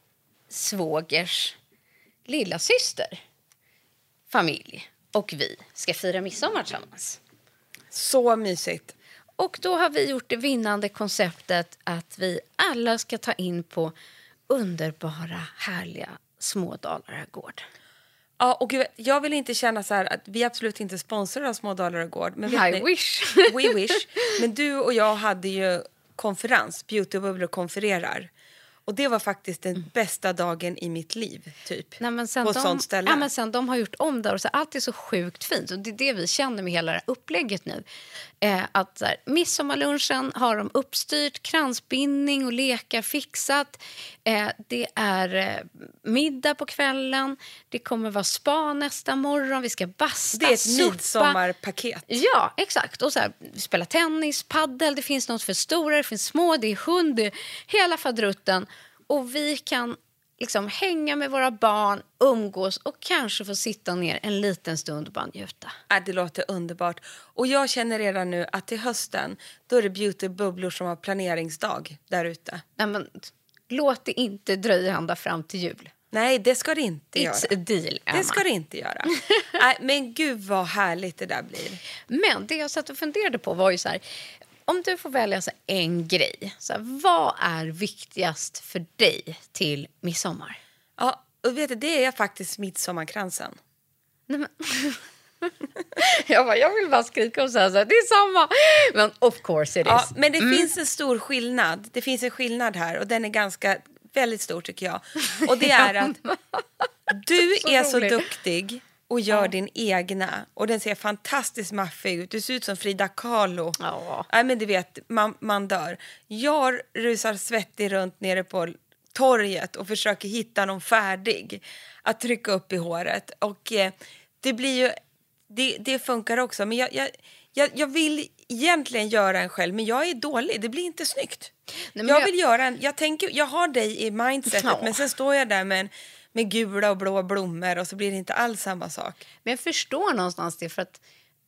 [SPEAKER 7] svågers lilla syster, familj och vi ska fira midsommar tillsammans.
[SPEAKER 8] Så mysigt.
[SPEAKER 7] Och då har vi gjort det vinnande konceptet att vi alla ska ta in på underbara, härliga Smådalarö gård.
[SPEAKER 8] Ja, och gud, jag vill inte känna så här att vi absolut inte sponsrar av Smådalarö gård. Men vet
[SPEAKER 7] I
[SPEAKER 8] ni,
[SPEAKER 7] wish.
[SPEAKER 8] We wish. Men du och jag hade ju konferens, Beautybubblor konfererar. Och det var faktiskt den bästa dagen i mitt liv, typ.
[SPEAKER 7] Nej, men sen
[SPEAKER 8] på
[SPEAKER 7] de,
[SPEAKER 8] ett sånt ställe.
[SPEAKER 7] Ja, men sen de har gjort om där och så allt är så sjukt fint. Och det är det vi känner med hela det här upplägget nu. Eh, att så här, midsommarlunchen har de uppstyrt, kransbindning och lekar fixat. Eh, det är eh, middag på kvällen. Det kommer vara spa nästa morgon. Vi ska basta,
[SPEAKER 8] det är ett
[SPEAKER 7] sopa.
[SPEAKER 8] midsommarpaket.
[SPEAKER 7] Ja, exakt. Och så här, vi spelar tennis, paddel. Det finns något för stora, det finns små, det är hund, det är hela fadrutten. Och vi kan liksom hänga med våra barn, umgås och kanske få sitta ner en liten stund och bara njuta.
[SPEAKER 8] Äh, det låter underbart. Och jag känner redan nu att till hösten då är det Beautybubblor som har planeringsdag där ute.
[SPEAKER 7] Nej, men låt det inte dröja ända fram till jul.
[SPEAKER 8] Nej, det ska det inte
[SPEAKER 7] It's
[SPEAKER 8] göra.
[SPEAKER 7] a deal, Emma.
[SPEAKER 8] Det ska det inte göra. Nej, men gud vad härligt det där blir.
[SPEAKER 7] Men det jag satt och funderade på var ju så här, om du får välja så en grej, så här, vad är viktigast för dig till midsommar?
[SPEAKER 8] Ja, och vet du, det är faktiskt midsommarkransen.
[SPEAKER 7] Nej, men... jag, bara, jag vill bara skrika och säga så här, det är samma. Men of course it is.
[SPEAKER 8] Ja, men det
[SPEAKER 7] mm.
[SPEAKER 8] finns en stor skillnad. Det finns en skillnad här och den är ganska, väldigt stor tycker jag. Och det är att du så är så duktig och gör ja. din egna. Och den ser fantastiskt maffig ut. Du ser ut som Frida Kahlo.
[SPEAKER 7] Ja.
[SPEAKER 8] Nej, men du vet, man, man dör. Jag rusar svettig runt nere på torget och försöker hitta någon färdig att trycka upp i håret. Och eh, det blir ju, det, det funkar också. Men jag, jag, jag, jag vill egentligen göra en själv, men jag är dålig. Det blir inte snyggt. Nej, jag vill jag... göra en, jag tänker, jag har dig i mindsetet, ja. men sen står jag där med en med gula och blå blommor och så blir det inte alls samma sak.
[SPEAKER 7] Men jag förstår någonstans det, för att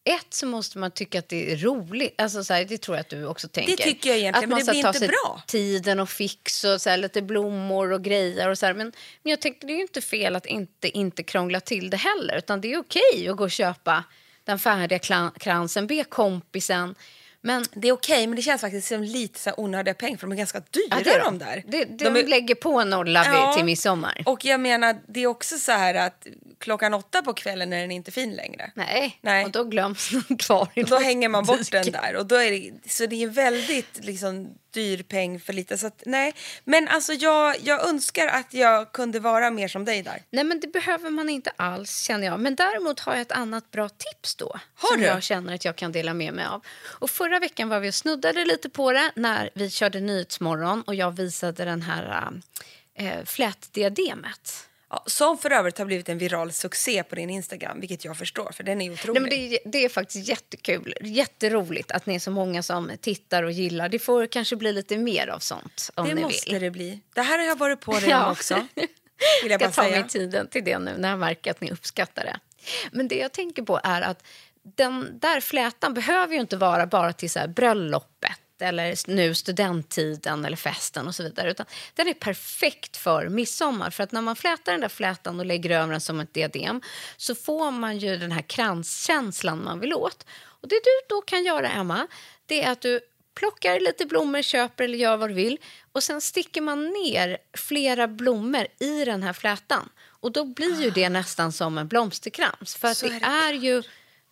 [SPEAKER 7] ett så måste man tycka att det är roligt. Alltså så här, det tror jag att du också tänker.
[SPEAKER 8] Det tycker jag egentligen,
[SPEAKER 7] att
[SPEAKER 8] men
[SPEAKER 7] man
[SPEAKER 8] det
[SPEAKER 7] ska
[SPEAKER 8] blir
[SPEAKER 7] ta
[SPEAKER 8] inte
[SPEAKER 7] sig
[SPEAKER 8] bra.
[SPEAKER 7] tiden och fix och så här, lite blommor och grejer och så här. Men, men jag tänker det är ju inte fel att inte, inte krångla till det heller. Utan det är okej att gå och köpa den färdiga klan- kransen, be kompisen. Men
[SPEAKER 8] det är okej, men det känns faktiskt som lite så här onödiga pengar för de är ganska dyra
[SPEAKER 7] ja, det är
[SPEAKER 8] de där.
[SPEAKER 7] Det,
[SPEAKER 8] de,
[SPEAKER 7] de
[SPEAKER 8] är...
[SPEAKER 7] lägger på en nolla
[SPEAKER 8] ja,
[SPEAKER 7] till midsommar.
[SPEAKER 8] Och jag menar, det är också så här att klockan åtta på kvällen är den inte fin längre.
[SPEAKER 7] Nej,
[SPEAKER 8] Nej.
[SPEAKER 7] och då glöms den kvar i
[SPEAKER 8] och då hänger man bort
[SPEAKER 7] diken.
[SPEAKER 8] den där. Och då är det, så det är väldigt liksom, dyr peng för lite. Så att, nej. Men alltså jag, jag önskar att jag kunde vara mer som dig där.
[SPEAKER 7] Nej, men det behöver man inte alls, känner jag. Men däremot har jag ett annat bra tips då.
[SPEAKER 8] Har
[SPEAKER 7] som
[SPEAKER 8] du?
[SPEAKER 7] jag känner att jag kan dela med mig av. Och förra veckan var vi och snuddade lite på det när vi körde Nyhetsmorgon och jag visade den här äh, flätdiademet.
[SPEAKER 8] Ja, som för övrigt har blivit en viral succé på din Instagram, vilket jag förstår, för den är otrolig.
[SPEAKER 7] Nej, men det, är, det är faktiskt jättekul, jätteroligt att ni är så många som tittar och gillar. Det får kanske bli lite mer av sånt om
[SPEAKER 8] det
[SPEAKER 7] ni
[SPEAKER 8] måste
[SPEAKER 7] vill.
[SPEAKER 8] det bli. Det här har jag varit på redan
[SPEAKER 7] Ja.
[SPEAKER 8] också. Vill jag
[SPEAKER 7] Jag
[SPEAKER 8] bara
[SPEAKER 7] ska ta
[SPEAKER 8] säga.
[SPEAKER 7] mig tiden till det nu när jag märker att ni uppskattar det. Men det jag tänker på är att den där flätan behöver ju inte vara bara till så här bröllopet eller nu studenttiden eller festen och så vidare. Utan den är perfekt för midsommar. För att när man flätar den där flätan och lägger över den som ett diadem så får man ju den här kranskänslan man vill åt. Och det du då kan göra, Emma, det är att du plockar lite blommor, köper eller gör vad du vill. Och sen sticker man ner flera blommor i den här flätan. Och då blir ju det nästan som en blomsterkrans. För att
[SPEAKER 8] Så
[SPEAKER 7] det
[SPEAKER 8] är det.
[SPEAKER 7] är ju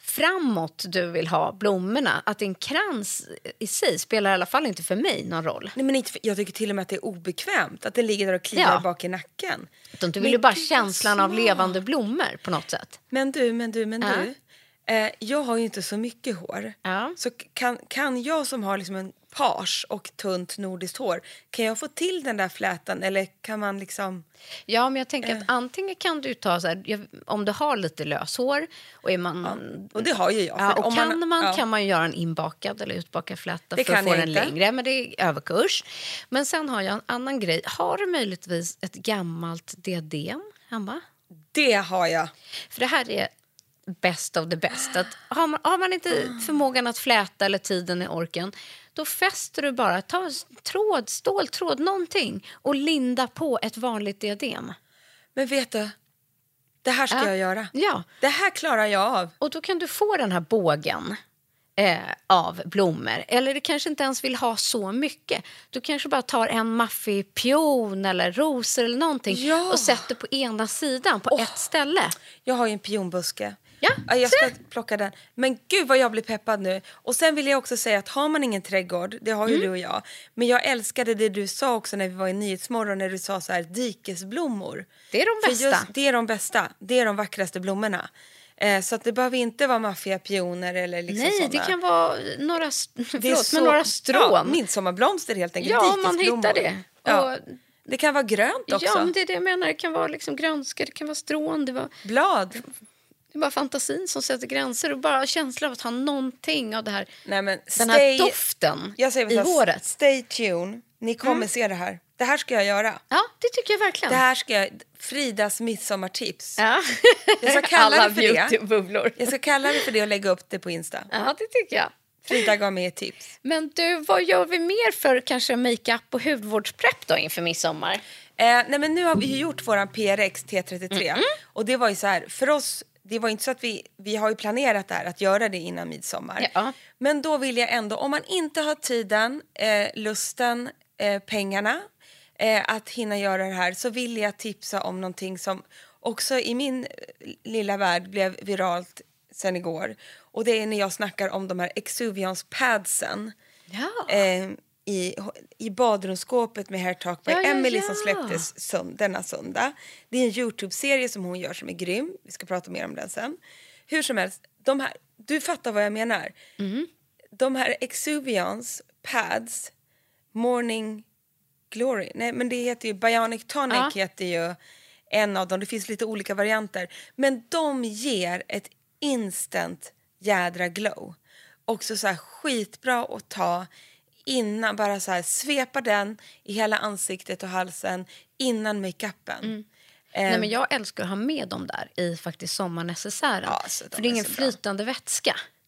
[SPEAKER 7] framåt du vill ha blommorna. Att en krans i sig spelar i alla fall inte för mig någon roll.
[SPEAKER 8] Nej, men inte för, jag tycker till och med att det är obekvämt att det ligger där och kliar
[SPEAKER 7] Ja.
[SPEAKER 8] bak i nacken.
[SPEAKER 7] Utan du
[SPEAKER 8] Men
[SPEAKER 7] vill ju bara
[SPEAKER 8] gud, vad
[SPEAKER 7] känslan av
[SPEAKER 8] smart.
[SPEAKER 7] levande blommor på något sätt.
[SPEAKER 8] Men du, men du, men
[SPEAKER 7] Ja.
[SPEAKER 8] du. Eh, jag har ju inte så mycket hår.
[SPEAKER 7] Ja.
[SPEAKER 8] Så kan, kan jag som har liksom en page och tunt nordiskt hår, kan jag få till den där flätan eller kan man liksom...
[SPEAKER 7] Ja, men jag tänker att antingen kan du ta så här, jag- om du har lite löshår och är man...
[SPEAKER 8] Ja, och det har ju jag.
[SPEAKER 7] Ja,
[SPEAKER 8] för
[SPEAKER 7] och
[SPEAKER 8] om
[SPEAKER 7] kan man,
[SPEAKER 8] ja.
[SPEAKER 7] kan man ju göra en inbakad eller utbakad fläta
[SPEAKER 8] Det
[SPEAKER 7] för att
[SPEAKER 8] kan
[SPEAKER 7] få
[SPEAKER 8] jag
[SPEAKER 7] den
[SPEAKER 8] inte.
[SPEAKER 7] längre, men det är överkurs. Men sen har jag en annan grej. Har du möjligtvis ett gammalt diadem hemma?
[SPEAKER 8] Det har jag.
[SPEAKER 7] För det här är best of the best. Att har, man, har man inte förmågan att fläta eller tiden i orken, då fäster du bara, ta tråd, ståltråd, någonting och linda på ett vanligt diadem.
[SPEAKER 8] Men vet du, det här ska
[SPEAKER 7] Ja.
[SPEAKER 8] jag göra.
[SPEAKER 7] Ja,
[SPEAKER 8] Det här klarar jag av.
[SPEAKER 7] och då kan du få den här bågen eh, av blommor. Eller du kanske inte ens vill ha så mycket. Du kanske bara tar en maffig pion eller rosor eller någonting
[SPEAKER 8] Ja.
[SPEAKER 7] och sätter på ena sidan på ett ställe.
[SPEAKER 8] Jag har ju en pionbuske.
[SPEAKER 7] Ja,
[SPEAKER 8] jag ska
[SPEAKER 7] se.
[SPEAKER 8] plocka den. Men gud vad jag blir peppad nu. Och sen vill jag också säga att har man ingen trädgård, det har ju
[SPEAKER 7] Mm.
[SPEAKER 8] du och jag. Men jag älskade det du sa också när vi var i Nyhetsmorgon, när du sa så här dikesblommor.
[SPEAKER 7] Det är de
[SPEAKER 8] För
[SPEAKER 7] bästa.
[SPEAKER 8] Just, det är de bästa. Det är de vackraste blommorna. Eh, så att det behöver inte vara maffiga pioner eller liksom
[SPEAKER 7] Nej,
[SPEAKER 8] såna.
[SPEAKER 7] det kan vara några, st-
[SPEAKER 8] Det är
[SPEAKER 7] förlåt,
[SPEAKER 8] så-
[SPEAKER 7] men några strån.
[SPEAKER 8] Ja, midsommarbblomster helt enkelt.
[SPEAKER 7] Ja, man
[SPEAKER 8] dikesblommor.
[SPEAKER 7] hittar det.
[SPEAKER 8] Ja.
[SPEAKER 7] Och-
[SPEAKER 8] Det kan vara grönt också.
[SPEAKER 7] Ja, men det är det jag menar. Det kan vara liksom grönska, det kan vara strån. Det, var,
[SPEAKER 8] Blad.
[SPEAKER 7] det är bara fantasin som sätter gränser och bara känslan av att ha någonting av det här,
[SPEAKER 8] Nej, men
[SPEAKER 7] den
[SPEAKER 8] stay-
[SPEAKER 7] här doften
[SPEAKER 8] Jag säger
[SPEAKER 7] i
[SPEAKER 8] så här,
[SPEAKER 7] håret.
[SPEAKER 8] Stay tuned. Ni kommer
[SPEAKER 7] Mm.
[SPEAKER 8] se det här. Det här ska jag göra.
[SPEAKER 7] Ja, det tycker jag verkligen.
[SPEAKER 8] Det här ska jag... Fridas midsommartips.
[SPEAKER 7] Ja.
[SPEAKER 8] Jag ska kalla
[SPEAKER 7] Alla
[SPEAKER 8] det för det.
[SPEAKER 7] beautybubblor.
[SPEAKER 8] Jag ska kalla det för det och lägga upp det på Insta.
[SPEAKER 7] Ja, det tycker jag.
[SPEAKER 8] Frida gav mig ett tips.
[SPEAKER 7] Men du, vad gör vi mer för kanske makeup och hudvårdsprepp då inför midsommar?
[SPEAKER 8] Eh, nej, men nu har vi ju gjort våran P R X T trettiotre.
[SPEAKER 7] Mm.
[SPEAKER 8] Och det var ju så här, för oss... Det var inte så att vi... Vi har ju planerat det här, att göra det innan midsommar.
[SPEAKER 7] Ja.
[SPEAKER 8] Men då vill jag ändå, om man inte har tiden, eh, lusten, eh, pengarna... Eh, att hinna göra det här, så vill jag tipsa om någonting som också i min eh, lilla värld blev viralt sen igår. Och det är när jag snackar om de här Exuvians padsen
[SPEAKER 7] Ja.
[SPEAKER 8] eh, i, i badrumsskåpet med Hair Talk by
[SPEAKER 7] Ja, ja,
[SPEAKER 8] Emily
[SPEAKER 7] ja.
[SPEAKER 8] som släpptes sund, denna söndag. Det är en YouTube-serie som hon gör som är grym. Vi ska prata mer om den sen. Hur som helst, de här, du fattar vad jag menar.
[SPEAKER 7] Mm.
[SPEAKER 8] De här Exuvians pads, Morning Glory. Nej, men det heter ju Bionic Tonic,
[SPEAKER 7] Ja.
[SPEAKER 8] heter ju en av dem. Det finns lite olika varianter. Men de ger ett instant jädra glow. Också så här skitbra att ta innan, bara så här svepa den i hela ansiktet och halsen innan makeupen.
[SPEAKER 7] Mm.
[SPEAKER 8] Eh,
[SPEAKER 7] Nej, men jag älskar att ha med dem där i faktiskt sommarnecessären.
[SPEAKER 8] Ja, så de
[SPEAKER 7] för det är
[SPEAKER 8] är
[SPEAKER 7] ingen
[SPEAKER 8] så bra.
[SPEAKER 7] flytande vätska.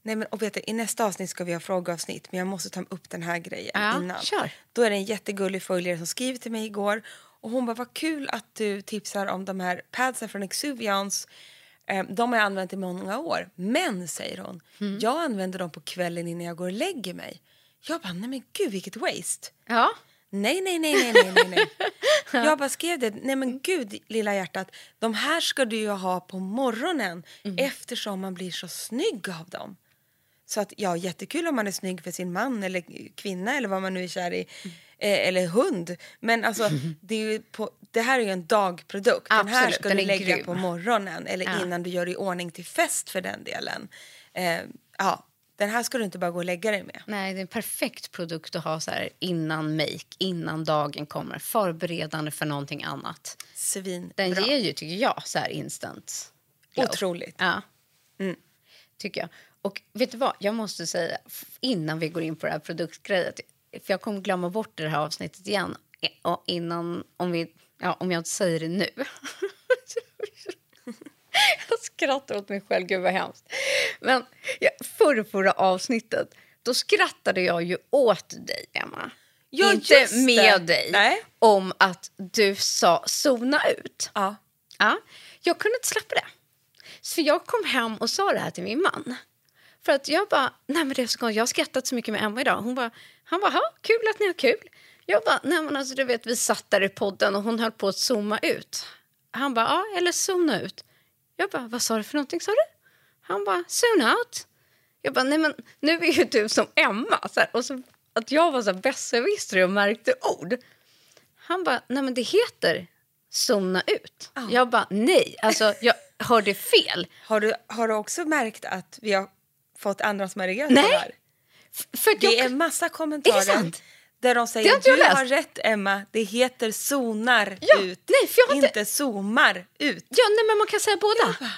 [SPEAKER 8] Nej, men och vet du, i nästa avsnitt ska vi ha frågeavsnitt, men jag måste ta upp den här grejen
[SPEAKER 7] Ja,
[SPEAKER 8] innan.
[SPEAKER 7] kör.
[SPEAKER 8] Då är det en jättegullig följare som skriver till mig igår och hon bara, vad kul att du tipsar om de här padsen från Exuviance. Eh, de har jag använt i många år, men säger hon, mm. jag använder dem på kvällen innan jag går och lägger mig. Jag bara, nej men gud vilket waste.
[SPEAKER 7] Ja.
[SPEAKER 8] Nej, nej, nej, nej, nej, nej, nej. Jag bara skrev det. Nej men gud, lilla hjärtat. De här ska du ju ha på morgonen. Mm. Eftersom man blir så snygg av dem. Så att, ja, jättekul om man är snygg för sin man eller kvinna eller vad man nu är kär i. Mm. Eh, eller hund. Men alltså, mm. det, är ju på, det här är ju en dagprodukt.
[SPEAKER 7] Absolut,
[SPEAKER 8] den här ska
[SPEAKER 7] den
[SPEAKER 8] du
[SPEAKER 7] är
[SPEAKER 8] lägga
[SPEAKER 7] grym.
[SPEAKER 8] på morgonen. Eller
[SPEAKER 7] ja.
[SPEAKER 8] innan du gör i ordning till fest för den delen. Eh, ja. Den här ska du inte bara gå och lägga dig med.
[SPEAKER 7] Nej, det är en perfekt produkt att ha så här innan make, innan dagen kommer. Förberedande för någonting annat.
[SPEAKER 8] Svin.
[SPEAKER 7] Den
[SPEAKER 8] bra.
[SPEAKER 7] ger ju, tycker jag, så här instant glow.
[SPEAKER 8] Otroligt.
[SPEAKER 7] Ja,
[SPEAKER 8] mm.
[SPEAKER 7] tycker jag. Och vet du vad, jag måste säga innan vi går in på det här produktgrejet. För jag kommer glömma bort det här avsnittet igen. Och innan, om, vi, ja, om jag inte säger det nu. Jag skrattar åt mig själv, gud vad hemskt. Men ja, förra, förra avsnittet, då skrattade jag ju åt dig, Emma.
[SPEAKER 8] Ja,
[SPEAKER 7] inte med dig.
[SPEAKER 8] Nej.
[SPEAKER 7] Om att du sa zona ut.
[SPEAKER 8] Ja.
[SPEAKER 7] Ja. Jag kunde inte släppa det. Så jag kom hem och sa det här till min man. För att jag bara, nej men det är så gott. Jag har skrattat så mycket med Emma idag. Hon bara, han bara, ha, kul att ni har kul. Jag bara, nej men alltså du vet, vi satt där i podden och hon höll på att zooma ut. Han bara, ja, eller zona ut. Jag bara, vad sa du för någonting, sa du? Han bara, zona out. Jag bara, nej men nu är ju du som Emma. Så här, och så att jag var så besserwisser och märkte ord. Han bara, nej men det heter zona ut. Oh. Jag bara, nej, alltså jag hörde fel.
[SPEAKER 8] Har du, har du också märkt att vi har fått andra som har reagerat
[SPEAKER 7] nej.
[SPEAKER 8] på det här?
[SPEAKER 7] F- för
[SPEAKER 8] det
[SPEAKER 7] jag...
[SPEAKER 8] är en massa kommentarer.
[SPEAKER 7] Är det
[SPEAKER 8] där de säger, du läst. har rätt Emma, det heter zonar
[SPEAKER 7] ja,
[SPEAKER 8] ut.
[SPEAKER 7] Nej, för jag
[SPEAKER 8] inte...
[SPEAKER 7] inte
[SPEAKER 8] zoomar ut.
[SPEAKER 7] Ja, nej men man kan säga båda.
[SPEAKER 8] Bara,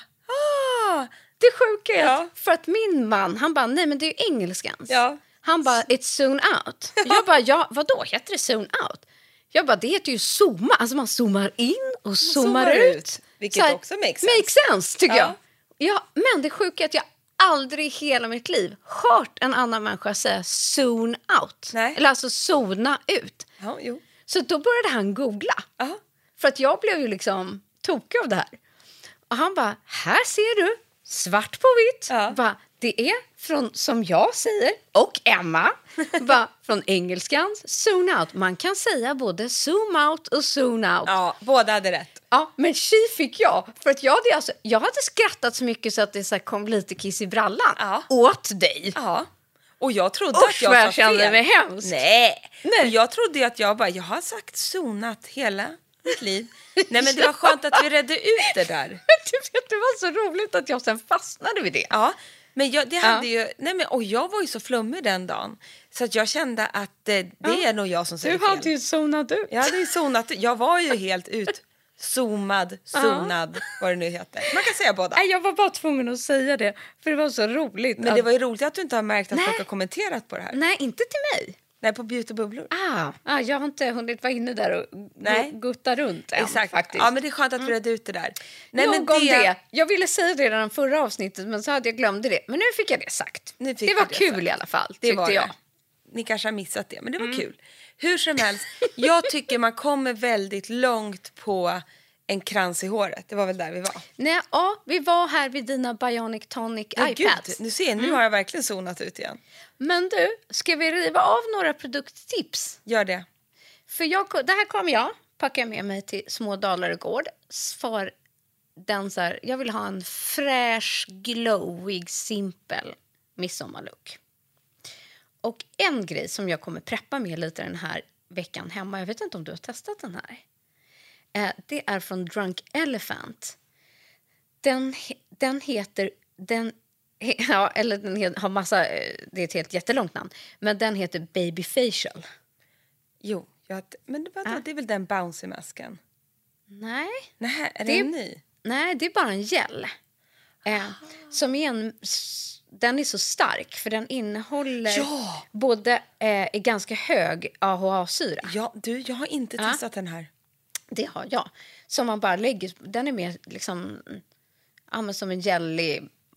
[SPEAKER 8] ah.
[SPEAKER 7] Det sjuka är
[SPEAKER 8] ja.
[SPEAKER 7] för att min man, han bara, nej men det är ju engelskans.
[SPEAKER 8] Ja.
[SPEAKER 7] Han bara, it's zoom out. Jag bara, ja, vadå, heter det zoom out? Jag bara, det heter ju zooma. Alltså man zoomar in och zoomar, zoomar ut. ut.
[SPEAKER 8] Vilket här, också makes sense.
[SPEAKER 7] Makes sense, tycker ja. jag. Ja, men det sjuka är att jag aldrig i hela mitt liv hört en annan människa säga zone out.
[SPEAKER 8] Nej.
[SPEAKER 7] Eller alltså zona ut.
[SPEAKER 8] Ja, jo.
[SPEAKER 7] Så då började han googla.
[SPEAKER 8] Uh-huh.
[SPEAKER 7] För att jag blev ju liksom tokig av det här. Och han bara, här ser du, svart på vitt.
[SPEAKER 8] Uh-huh.
[SPEAKER 7] Bara, det är från, som jag säger, och Emma, bara, från engelskans zone out. Man kan säga både zoom out och zone out.
[SPEAKER 8] Ja, båda hade rätt.
[SPEAKER 7] Ja, men tji fick jag. För att jag hade, alltså, jag hade skrattat så mycket så att det så här, kom lite kiss i brallan. Ja. Åt dig.
[SPEAKER 8] Ja. Och jag trodde
[SPEAKER 7] Usch,
[SPEAKER 8] att jag, jag
[SPEAKER 7] kände
[SPEAKER 8] fel.
[SPEAKER 7] mig hemskt.
[SPEAKER 8] Nej.
[SPEAKER 7] Nej.
[SPEAKER 8] Och jag trodde att jag bara, jag har sagt zonat hela mitt liv. Nej, men det var skönt att vi redde ut det där.
[SPEAKER 7] Det var så roligt att jag sen fastnade vid det.
[SPEAKER 8] Ja. Men jag, det hade
[SPEAKER 7] ja.
[SPEAKER 8] ju, nej men, och jag var ju så flummig den dagen. Så att jag kände att eh, det ja. är nog jag som säger
[SPEAKER 7] fel. Du hade ju zonat ut.
[SPEAKER 8] Jag hade ju zonat ut. Jag var ju helt ut. Zoomad, zonad, ja. vad det nu heter. Man kan säga båda.
[SPEAKER 7] Nej, jag var bara tvungen att säga det. För det var så roligt.
[SPEAKER 8] Men
[SPEAKER 7] att...
[SPEAKER 8] det var ju roligt att du inte har märkt att
[SPEAKER 7] nej.
[SPEAKER 8] folk har kommenterat på det här.
[SPEAKER 7] Nej, inte till mig.
[SPEAKER 8] Nej, på Beauty Bubblor.
[SPEAKER 7] Ah, ah, jag har inte hunnit vara inne där och nej. gutta runt än.
[SPEAKER 8] Exakt.
[SPEAKER 7] Faktiskt.
[SPEAKER 8] Ja, men det är skönt att vi redde ut det där. Nej,
[SPEAKER 7] Nog
[SPEAKER 8] men det...
[SPEAKER 7] om det. Jag ville säga det redan förra avsnittet, men så hade jag glömt det. Men nu fick jag det sagt.
[SPEAKER 8] Nu fick
[SPEAKER 7] det var
[SPEAKER 8] det
[SPEAKER 7] kul
[SPEAKER 8] sagt.
[SPEAKER 7] i alla fall,
[SPEAKER 8] det
[SPEAKER 7] tyckte
[SPEAKER 8] var
[SPEAKER 7] jag.
[SPEAKER 8] Det. Ni kanske har missat det, men det var mm. kul. Hur som helst, jag tycker man kommer väldigt långt på en krans i håret. Det var väl där vi var.
[SPEAKER 7] Nej, ja, vi var här vid dina Bionic Tonic
[SPEAKER 8] ja,
[SPEAKER 7] iPads.
[SPEAKER 8] Gud, nu ser, nu mm. har jag verkligen zonat ut igen.
[SPEAKER 7] Men du, ska vi riva av några produkttips?
[SPEAKER 8] Gör det.
[SPEAKER 7] För jag, det här kommer jag packa med mig till Små Dalarögård. För den så här, jag vill ha en fräsch, glowig, simpel midsommarlook. Och en grej som jag kommer preppa med lite den här veckan hemma. Jag vet inte om du har testat den här. Det är från Drunk Elephant. Den, den heter... Den, ja, eller den har massa... Det är ett helt jättelångt namn. Men den heter Baby Facial.
[SPEAKER 8] Jo, jag, men det, var, ah. det är väl den bouncy-masken?
[SPEAKER 7] Nej.
[SPEAKER 8] Nej, är
[SPEAKER 7] det
[SPEAKER 8] det
[SPEAKER 7] är,
[SPEAKER 8] en ny?
[SPEAKER 7] Nej, det är bara en gel. Eh, som är en... Den är så stark för den innehåller
[SPEAKER 8] ja.
[SPEAKER 7] både eh, är ganska hög A H A-syra.
[SPEAKER 8] Ja, du, jag har inte testat ja. den här.
[SPEAKER 7] Det har jag. Som man bara lägger, den är mer liksom ja, men som en jelly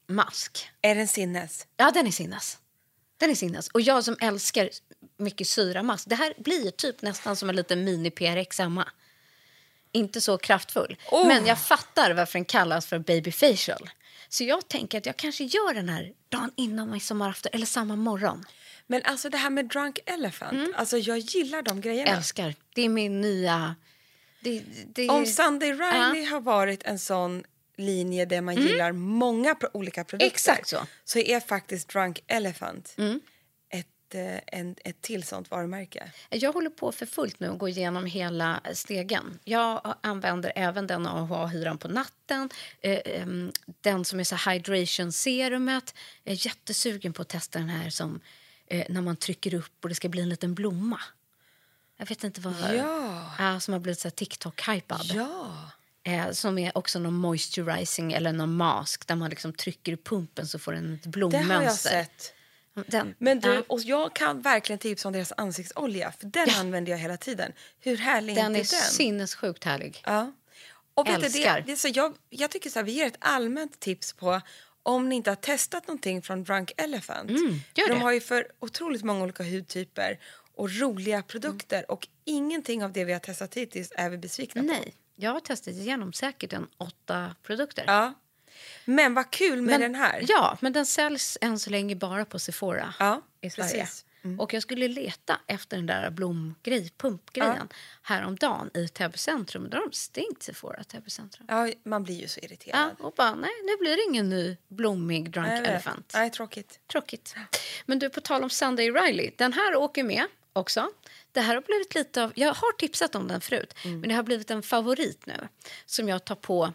[SPEAKER 7] mask.
[SPEAKER 8] Är den sinnes?
[SPEAKER 7] Ja, den är sinnes. Den är sinnes. Och jag som älskar mycket syramask. Det här blir typ nästan som en liten mini-P R X hemma. Inte så kraftfull.
[SPEAKER 8] Oh.
[SPEAKER 7] Men jag fattar varför den kallas för baby facial. Så jag tänker att jag kanske gör den här dagen innan midsommarafton. Eller samma morgon.
[SPEAKER 8] Men alltså det här med Drunk Elephant. Mm. Alltså jag gillar de grejerna.
[SPEAKER 7] Älskar. Det är min nya... Det, det...
[SPEAKER 8] Om Sunday Riley uh. har varit en sån linje där man mm. gillar många pro- olika produkter.
[SPEAKER 7] Exakt så.
[SPEAKER 8] Så är faktiskt Drunk Elephant
[SPEAKER 7] mm.
[SPEAKER 8] ett, eh, en, ett till sånt varumärke.
[SPEAKER 7] Jag håller på för fullt nu och går igenom hela stegen. Jag använder även den A H A-hyran på natten. Eh, den som är så hydration-serumet. Jag är jättesugen på att testa den här som eh, när man trycker upp och det ska bli en liten blomma. Jag vet inte vad...
[SPEAKER 8] Ja.
[SPEAKER 7] Äh, som har blivit så TikTok-hypad.
[SPEAKER 8] Ja.
[SPEAKER 7] Eh, som är också någon moisturizing eller någon mask där man liksom trycker i pumpen så får den ett blommönster.
[SPEAKER 8] Det har jag sett.
[SPEAKER 7] Den,
[SPEAKER 8] Men du,
[SPEAKER 7] ja.
[SPEAKER 8] och jag kan verkligen tipsa om deras ansiktsolja. För den ja. använder jag hela tiden. Hur härlig
[SPEAKER 7] den är
[SPEAKER 8] inte den?
[SPEAKER 7] Den är sinnessjukt härlig.
[SPEAKER 8] Ja. Och vet
[SPEAKER 7] Älskar.
[SPEAKER 8] du, det, så jag, jag tycker så här, vi ger ett allmänt tips på om ni inte har testat någonting från Drunk Elephant.
[SPEAKER 7] Mm, gör
[SPEAKER 8] de
[SPEAKER 7] det.
[SPEAKER 8] har ju för otroligt många olika hudtyper och roliga produkter. Mm. Och ingenting av det vi har testat hittills är vi besvikna på.
[SPEAKER 7] Nej, jag har testat igenom säkert en åtta produkter.
[SPEAKER 8] Ja. Men vad kul med
[SPEAKER 7] men,
[SPEAKER 8] den här.
[SPEAKER 7] Ja, men den säljs än så länge bara på Sephora
[SPEAKER 8] ja,
[SPEAKER 7] i Sverige.
[SPEAKER 8] Precis. Mm.
[SPEAKER 7] Och jag skulle leta efter den där blomgrej, pumpgrejen
[SPEAKER 8] ja.
[SPEAKER 7] häromdagen i Täby centrum. Där har de stängt Sephora Täby centrum.
[SPEAKER 8] Ja, man blir ju så irriterad.
[SPEAKER 7] Ja, och bara, nej, nu blir det ingen ny blommig Drunk
[SPEAKER 8] nej,
[SPEAKER 7] Elephant.
[SPEAKER 8] Nej, tråkigt.
[SPEAKER 7] Tråkigt. Men du, på tal om Sunday Riley, den här åker med också. Det här har blivit lite av, jag har tipsat om den förut, mm. men det har blivit en favorit nu som jag tar på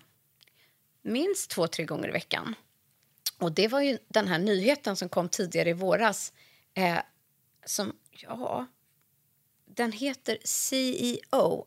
[SPEAKER 7] minst två, tre gånger i veckan. Och det var ju den här nyheten som kom tidigare i våras eh, som, ja, den heter C E O,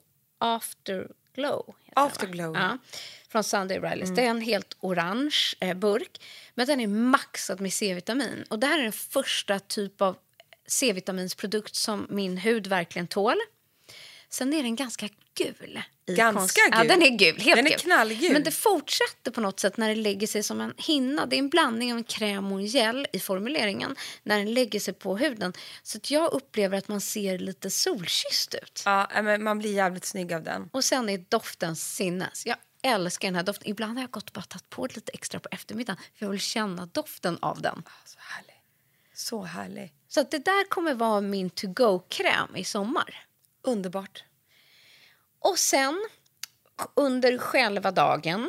[SPEAKER 7] Afterglow.
[SPEAKER 8] Afterglow.
[SPEAKER 7] Ja, från Sunday Riley.
[SPEAKER 8] Mm.
[SPEAKER 7] Det är en helt orange eh, burk, men den är maxad med C-vitamin. Och det här är den första typ av C-vitaminsprodukt som min hud verkligen tål. Sen är den ganska gul. I
[SPEAKER 8] ganska
[SPEAKER 7] konst-
[SPEAKER 8] gul?
[SPEAKER 7] Ja, den är gul. Helt
[SPEAKER 8] den är
[SPEAKER 7] gul.
[SPEAKER 8] knallgul.
[SPEAKER 7] Men det fortsätter på något sätt när det lägger sig som en hinna. Det är en blandning av en kräm och en gel i formuleringen när den lägger sig på huden. Så att jag upplever att man ser lite solkysst ut.
[SPEAKER 8] Ja, men man blir jävligt snygg av den.
[SPEAKER 7] Och sen är doften sinnes. Jag älskar den här doften. Ibland har jag gått och bara tagit på lite extra på eftermiddagen. För jag vill känna doften av den.
[SPEAKER 8] Oh, så härlig. Så härlig.
[SPEAKER 7] Så att det där kommer vara min to-go-kräm i sommar.
[SPEAKER 8] Underbart.
[SPEAKER 7] Och sen under själva dagen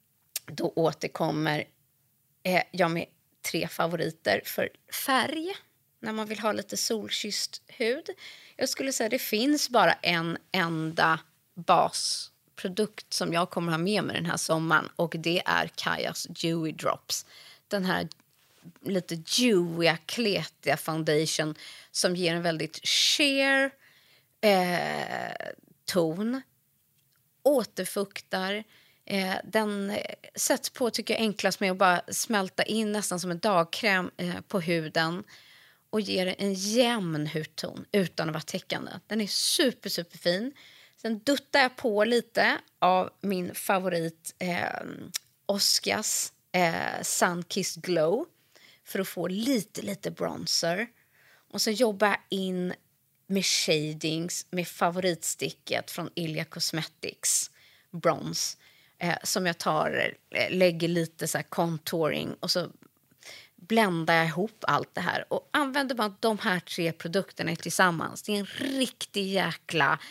[SPEAKER 7] då återkommer eh, jag med tre favoriter för färg. När man vill ha lite solkysst hud. Jag skulle säga att det finns bara en enda basprodukt som jag kommer ha med mig den här sommaren. Och det är Kajas Dewy Drops. Den här lite dewiga, kletiga foundation som ger en väldigt sheer eh, ton. Återfuktar. Eh, den sätts på, tycker jag, enklast med att bara smälta in nästan som en dagkräm eh, på huden. Och ger en jämn hudton utan att vara täckande. Den är super, super fin. Sen duttar jag på lite av min favorit eh, Oscars eh, Sun Kissed Glow. För att få lite, lite bronzer. Och så jobbar jag in med shadings med favoritsticket från Ilia Cosmetics Bronze. Eh, som jag tar, eh, lägger lite så här contouring och så bländar jag ihop allt det här. Och använder man de här tre produkterna tillsammans. Det är en riktig jäkla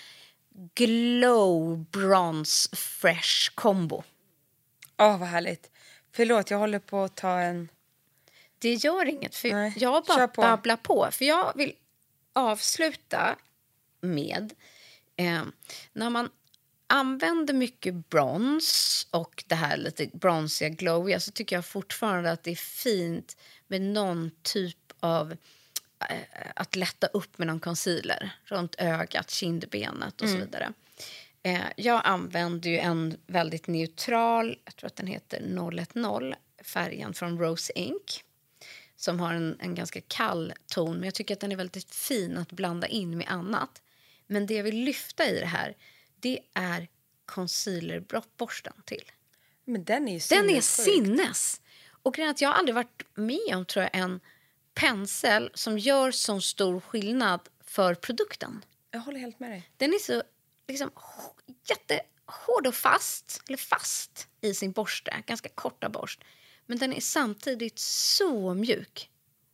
[SPEAKER 7] glow bronze fresh kombo.
[SPEAKER 8] Åh, oh, vad härligt. Förlåt, jag håller på att ta en...
[SPEAKER 7] Det gör inget, för
[SPEAKER 8] Nej,
[SPEAKER 7] jag bara
[SPEAKER 8] på.
[SPEAKER 7] babblar på. För jag vill avsluta med... Eh, när man använder mycket brons och det här lite bronsiga glowiga så tycker jag fortfarande att det är fint med någon typ av... Eh, att lätta upp med någon concealer runt ögat, kindbenet och mm. så vidare. Eh, jag använder ju en väldigt neutral, jag tror att den heter noll ett noll, färgen från Rose Ink. Som har en, en ganska kall ton. Men jag tycker att den är väldigt fin att blanda in med annat. Men det jag vill lyfta i det här, det är concealerborsten till.
[SPEAKER 8] Men den är ju
[SPEAKER 7] Den är sinnes. Och grejen är att jag har aldrig varit med om, tror jag, en pensel som gör så stor skillnad för produkten.
[SPEAKER 8] Jag håller helt med dig.
[SPEAKER 7] Den är så liksom jättehård och fast, eller fast i sin borste, ganska korta borst. Men den är samtidigt så mjuk.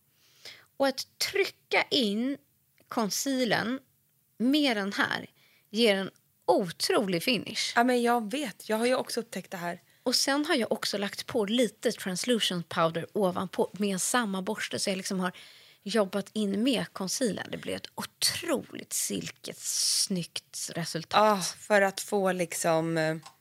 [SPEAKER 7] Och att trycka in concealern mer än här ger en otrolig finish.
[SPEAKER 8] Ja, men jag vet. Jag har ju också upptäckt det här.
[SPEAKER 7] Och sen har jag också lagt på lite translution powder ovanpå med samma borste. Så jag liksom har jobbat in med concealern. Det blev ett otroligt silket, snyggt resultat.
[SPEAKER 8] Ja, för att få liksom...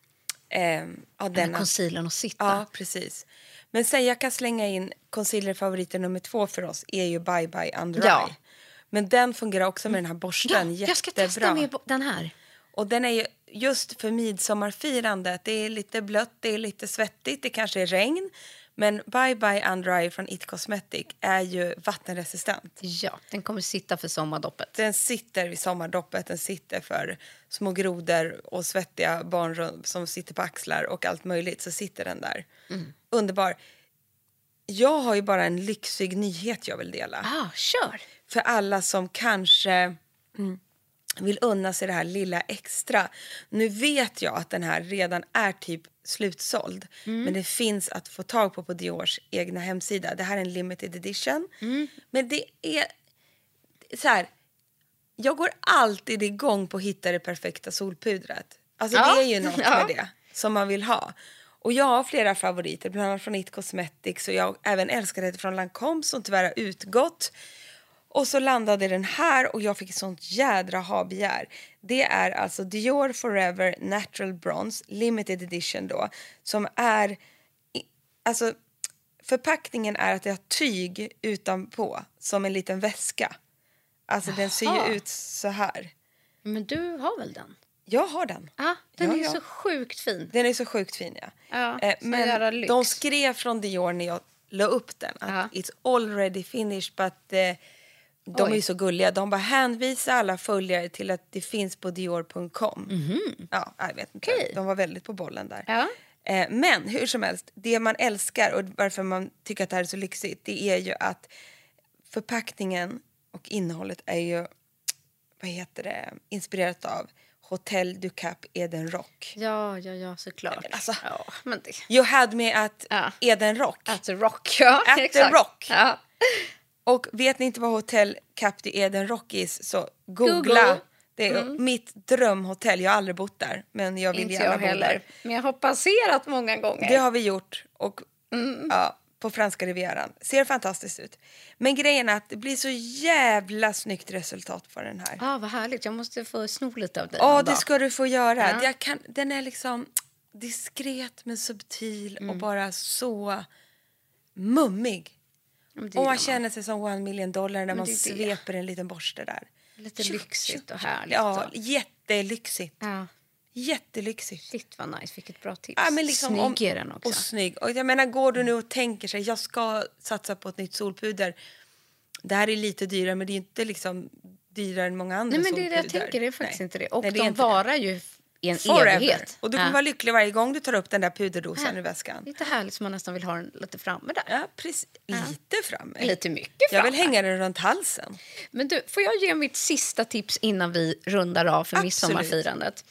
[SPEAKER 8] Eh, ja,
[SPEAKER 7] den concealern att sitta.
[SPEAKER 8] Ja, precis. Men sen jag kan slänga in concealer-favoriten nummer två för oss är ju Bye Bye Under Eye.
[SPEAKER 7] Ja.
[SPEAKER 8] Men den fungerar också med den här borsten ja, jättebra.
[SPEAKER 7] Jag ska testa med den här.
[SPEAKER 8] Och den är ju just för midsommarfirandet. Det är lite blött, det är lite svettigt, det kanske är regn. Men Bye Bye Under Eye från It Cosmetic är ju vattenresistent.
[SPEAKER 7] Ja, den kommer sitta för sommardoppet.
[SPEAKER 8] Den sitter vid sommardoppet, den sitter för små grodor och svettiga barn som sitter på axlar och allt möjligt. Så sitter den där. Mm. Underbar. Jag har ju bara en lyxig nyhet jag vill dela.
[SPEAKER 7] Ah, kör!
[SPEAKER 8] För alla som kanske... Mm, vill unna sig det här lilla extra. Nu vet jag att den här redan är typ slutsåld. Mm. Men det finns att få tag på på Diors egna hemsida. Det här är en limited edition. Mm. Men det är så här. Jag går alltid igång på att hitta det perfekta solpudret. Alltså ja. Det är ju något ja. med det som man vill ha. Och jag har flera favoriter. Bland annat från It Cosmetics. Och jag även älskar det från Lancome som tyvärr har utgått. Och så landade den här och jag fick ett sånt jädra ha-begär. Det är alltså Dior Forever Natural Bronze Limited Edition då. Som är, alltså förpackningen är att det har tyg utanpå som en liten väska. Alltså Aha. den ser ju ut så här.
[SPEAKER 7] Men du har väl den?
[SPEAKER 8] Jag har den.
[SPEAKER 7] Ja, den
[SPEAKER 8] ja,
[SPEAKER 7] är
[SPEAKER 8] ja.
[SPEAKER 7] så sjukt fin.
[SPEAKER 8] Den är så sjukt fin, ja.
[SPEAKER 7] ja
[SPEAKER 8] eh, men de skrev från Dior när jag la upp den att ja. It's already finished but... Eh, De Oj. är ju så gulliga. De bara hänvisar alla följare till att det finns på dior punkt com. Mm-hmm. Ja, jag vet inte. Okay. De var väldigt på bollen där.
[SPEAKER 7] Ja.
[SPEAKER 8] Eh, men hur som helst, det man älskar och varför man tycker att det här är så lyxigt, det är ju att förpackningen och innehållet är ju, vad heter det, inspirerat av Hotel du Cap Eden Rock.
[SPEAKER 7] Ja, ja, ja, såklart.
[SPEAKER 8] Men alltså,
[SPEAKER 7] ja, men det...
[SPEAKER 8] You had me at
[SPEAKER 7] ja.
[SPEAKER 8] Eden Rock.
[SPEAKER 7] At the Rock, ja.
[SPEAKER 8] At
[SPEAKER 7] exakt.
[SPEAKER 8] the Rock.
[SPEAKER 7] Ja.
[SPEAKER 8] Och vet ni inte vad Hotel Cap de Eden Rock is, så googla. Google. Det är mm. mitt drömhotell. Jag har aldrig bott där, men jag vill inte gärna jag bo heller. Där.
[SPEAKER 7] Men jag har passerat många gånger.
[SPEAKER 8] Det har vi gjort och
[SPEAKER 7] mm.
[SPEAKER 8] ja, på franska rivieran. Ser fantastiskt ut. Men grejen är att det blir så jävla snyggt resultat på den här.
[SPEAKER 7] Ja, ah, vad härligt. Jag måste få sno lite av dig.
[SPEAKER 8] Ja, det ska du få göra. Ja. Jag kan, den är liksom diskret men subtil mm. och bara så mummig. Och man känner sig som one million dollar när man sveper en liten borste där.
[SPEAKER 7] Lite lyxigt och härligt.
[SPEAKER 8] Ja, jättelyxigt.
[SPEAKER 7] Ja.
[SPEAKER 8] Jättelyxigt.
[SPEAKER 7] Shit vad nice, vilket bra tips.
[SPEAKER 8] Ja, men liksom
[SPEAKER 7] snygg
[SPEAKER 8] om,
[SPEAKER 7] är den också.
[SPEAKER 8] Och snygg. Och jag menar, går du nu och tänker sig, jag ska satsa på ett nytt solpuder. Det här är lite dyrare, men det är inte liksom dyrare än många andra solpuder.
[SPEAKER 7] Nej, men det är det jag tänker, det är faktiskt Nej. inte det. Och
[SPEAKER 8] Nej, det
[SPEAKER 7] de varar ju i en Forever. evighet.
[SPEAKER 8] Och du kommer ja. vara lycklig varje gång du tar upp den där puderdosan ja. i väskan.
[SPEAKER 7] Lite härligt som man nästan vill ha den lite framme där.
[SPEAKER 8] Ja, precis. Ja. Lite framme.
[SPEAKER 7] Lite mycket framme.
[SPEAKER 8] Jag vill hänga den runt halsen.
[SPEAKER 7] Men du, får jag ge mitt sista tips innan vi rundar av för Absolut. midsommarfirandet?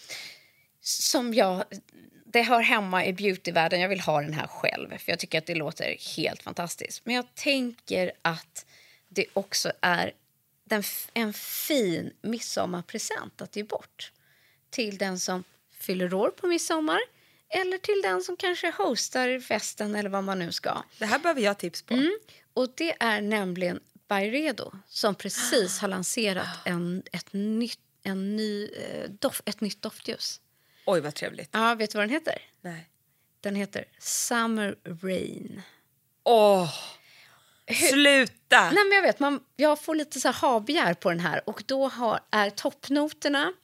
[SPEAKER 7] Som jag... Det hör hemma i beautyvärlden. Jag vill ha den här själv. För jag tycker att det låter helt fantastiskt. Men jag tänker att det också är den, en fin midsommarpresent att ge bort. Till den som fyller år på midsommar. Eller till den som kanske hostar festen eller vad man nu ska.
[SPEAKER 8] Det här behöver jag tips på.
[SPEAKER 7] Mm. Och det är nämligen Byredo som precis har lanserat en, ett, nytt, en ny, eh, dof, ett nytt doftljus.
[SPEAKER 8] Oj, vad trevligt.
[SPEAKER 7] Ja, vet du vad den heter?
[SPEAKER 8] Nej.
[SPEAKER 7] Den heter Summer Rain.
[SPEAKER 8] Åh, oh, sluta!
[SPEAKER 7] Nej, men jag vet, man, jag får lite så här habegär på den här. Och då har, är toppnoterna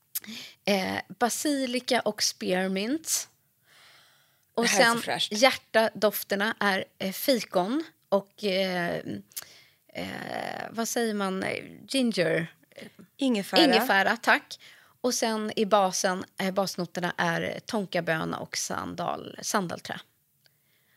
[SPEAKER 7] eh, basilika och spearmint. Och sen hjärtadofterna är eh, fikon och eh, eh, vad säger man? Ginger.
[SPEAKER 8] Ingefära.
[SPEAKER 7] Ingefära, tack. Och sen i basen, eh, basnoterna är tonkaböna och sandal, sandalträ.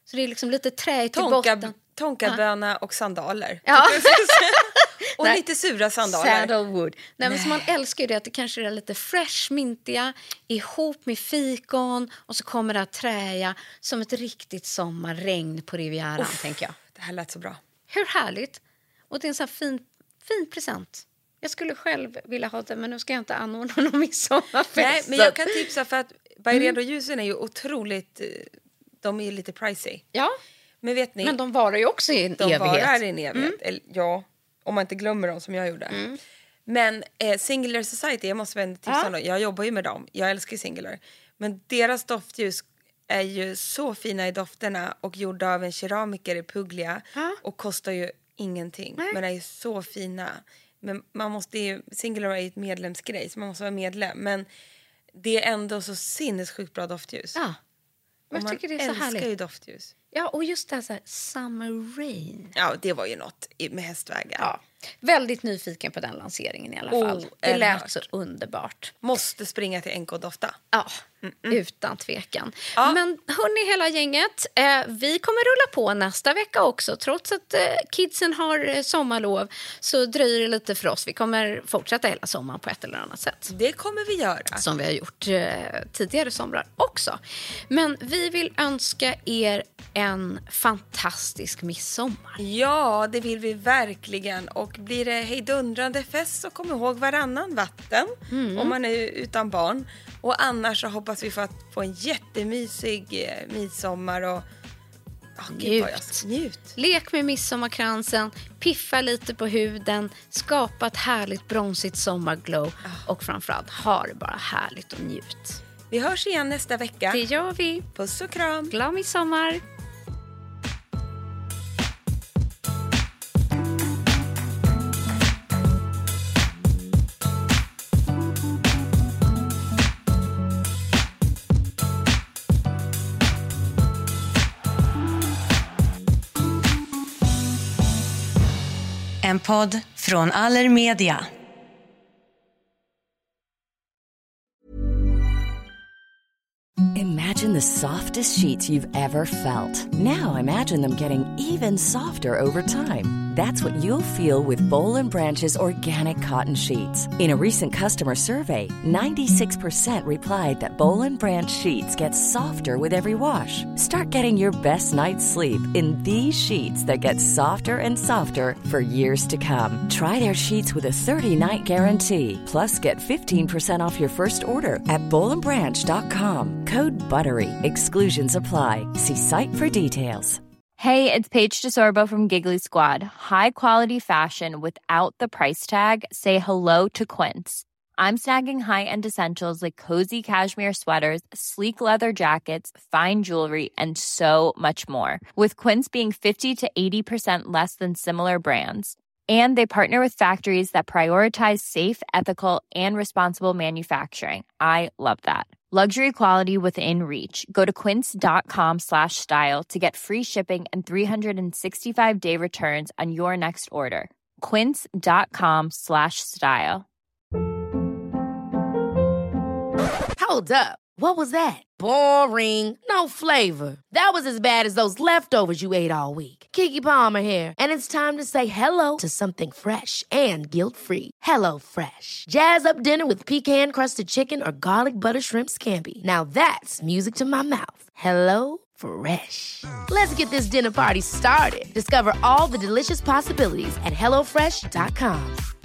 [SPEAKER 7] Så det är liksom lite träigt i
[SPEAKER 8] Tonka,
[SPEAKER 7] botten.
[SPEAKER 8] Tonkaböna och sandaler.
[SPEAKER 7] Ja.
[SPEAKER 8] Och
[SPEAKER 7] Nej.
[SPEAKER 8] lite sura sandaler.
[SPEAKER 7] Saddlewood. Nej, men så man älskar ju det att det kanske är lite fresh, mintiga ihop med fikon och så kommer det att träja som ett riktigt sommarregn på Rivieran, Uff, tänker jag.
[SPEAKER 8] Det här lät så bra.
[SPEAKER 7] Hur härligt. Och det är en sån här fin, fin present. Jag skulle själv vilja ha det, men nu ska jag inte anordna någon midsommarfest.
[SPEAKER 8] Nej, men jag kan tipsa för att Byredo-ljusen är ju otroligt, de är ju lite pricey.
[SPEAKER 7] Ja,
[SPEAKER 8] men vet ni?
[SPEAKER 7] Men de varar ju också i en
[SPEAKER 8] de
[SPEAKER 7] evighet.
[SPEAKER 8] De varar i en evighet, mm. Eller, ja, om man inte glömmer dem som jag gjorde. Mm. Men eh, Singular Society, jag måste väl tipsa om ja. Jag jobbar ju med dem, jag älskar Singular. Men deras doftljus är ju så fina i dofterna och gjorda av en keramiker i Puglia. Ja. Och kostar ju ingenting, Nej. Men är ju så fina. Men man måste ju, Singular är ju ett medlemsgrej så man måste vara medlem. Men det är ändå så sinnessjukt bra doftljus.
[SPEAKER 7] Ja, men jag tycker det är så härligt.
[SPEAKER 8] Man älskar ju doftljus.
[SPEAKER 7] Ja, och just det här, så här Summer Rain.
[SPEAKER 8] Ja, det var ju något med hästvägar.
[SPEAKER 7] Ja, väldigt nyfiken på den lanseringen i alla fall. Oh, det lät hört. Så underbart.
[SPEAKER 8] Måste springa till N K och dofta.
[SPEAKER 7] Ja, Mm-mm. utan tvekan. Ja. Men hörni, hela gänget, eh, vi kommer rulla på nästa vecka också. Trots att eh, kidsen har eh, sommarlov så dröjer det lite för oss. Vi kommer fortsätta hela sommaren på ett eller annat sätt.
[SPEAKER 8] Det kommer vi göra.
[SPEAKER 7] Som vi har gjort eh, tidigare somrar också. Men vi vill önska er en fantastisk midsommar.
[SPEAKER 8] Ja, det vill vi verkligen. Och blir det hejdundrande fest så kom ihåg varannan vatten mm. om man är utan barn. Och annars så hoppas vi få att få en jättemysig eh, midsommar och oh,
[SPEAKER 7] njut.
[SPEAKER 8] Jag, njut.
[SPEAKER 7] Lek med midsommarkransen, piffa lite på huden, skapa ett härligt bronsigt sommarglow oh. och framförallt ha det bara härligt och njut.
[SPEAKER 8] Vi hörs igen nästa vecka.
[SPEAKER 7] Det gör vi.
[SPEAKER 8] Puss och kram.
[SPEAKER 7] Glad midsommar.
[SPEAKER 9] En podd från Allermedia.
[SPEAKER 11] Imagine the softest sheets you've ever felt. Now imagine them getting even softer over time. That's what you'll feel with Boll and Branch's organic cotton sheets. In a recent customer survey, ninety-six percent replied that Boll and Branch sheets get softer with every wash. Start getting your best night's sleep in these sheets that get softer and softer for years to come. Try their sheets with a thirty-night guarantee. Plus, get fifteen percent off your first order at boll and branch dot com. Code BUTTERY. Exclusions apply. See site for details.
[SPEAKER 12] Hey, it's Paige DeSorbo from Giggly Squad. High quality fashion without the price tag. Say hello to Quince. I'm snagging high-end essentials like cozy cashmere sweaters, sleek leather jackets, fine jewelry, and so much more. With Quince being fifty to eighty percent less than similar brands. And they partner with factories that prioritize safe, ethical, and responsible manufacturing. I love that. Luxury quality within reach. Go to quince.com slash style to get free shipping and three sixty-five day returns on your next order. Quince.com slash style.
[SPEAKER 4] Hold up. What was that? Boring. No flavor. That was as bad as those leftovers you ate all week. Keke Palmer here. And it's time to say hello to something fresh and guilt-free. Hello Fresh. Jazz up dinner with pecan-crusted chicken or garlic butter shrimp scampi. Now that's music to my mouth. Hello Fresh. Let's get this dinner party started. Discover all the delicious possibilities at hello fresh dot com.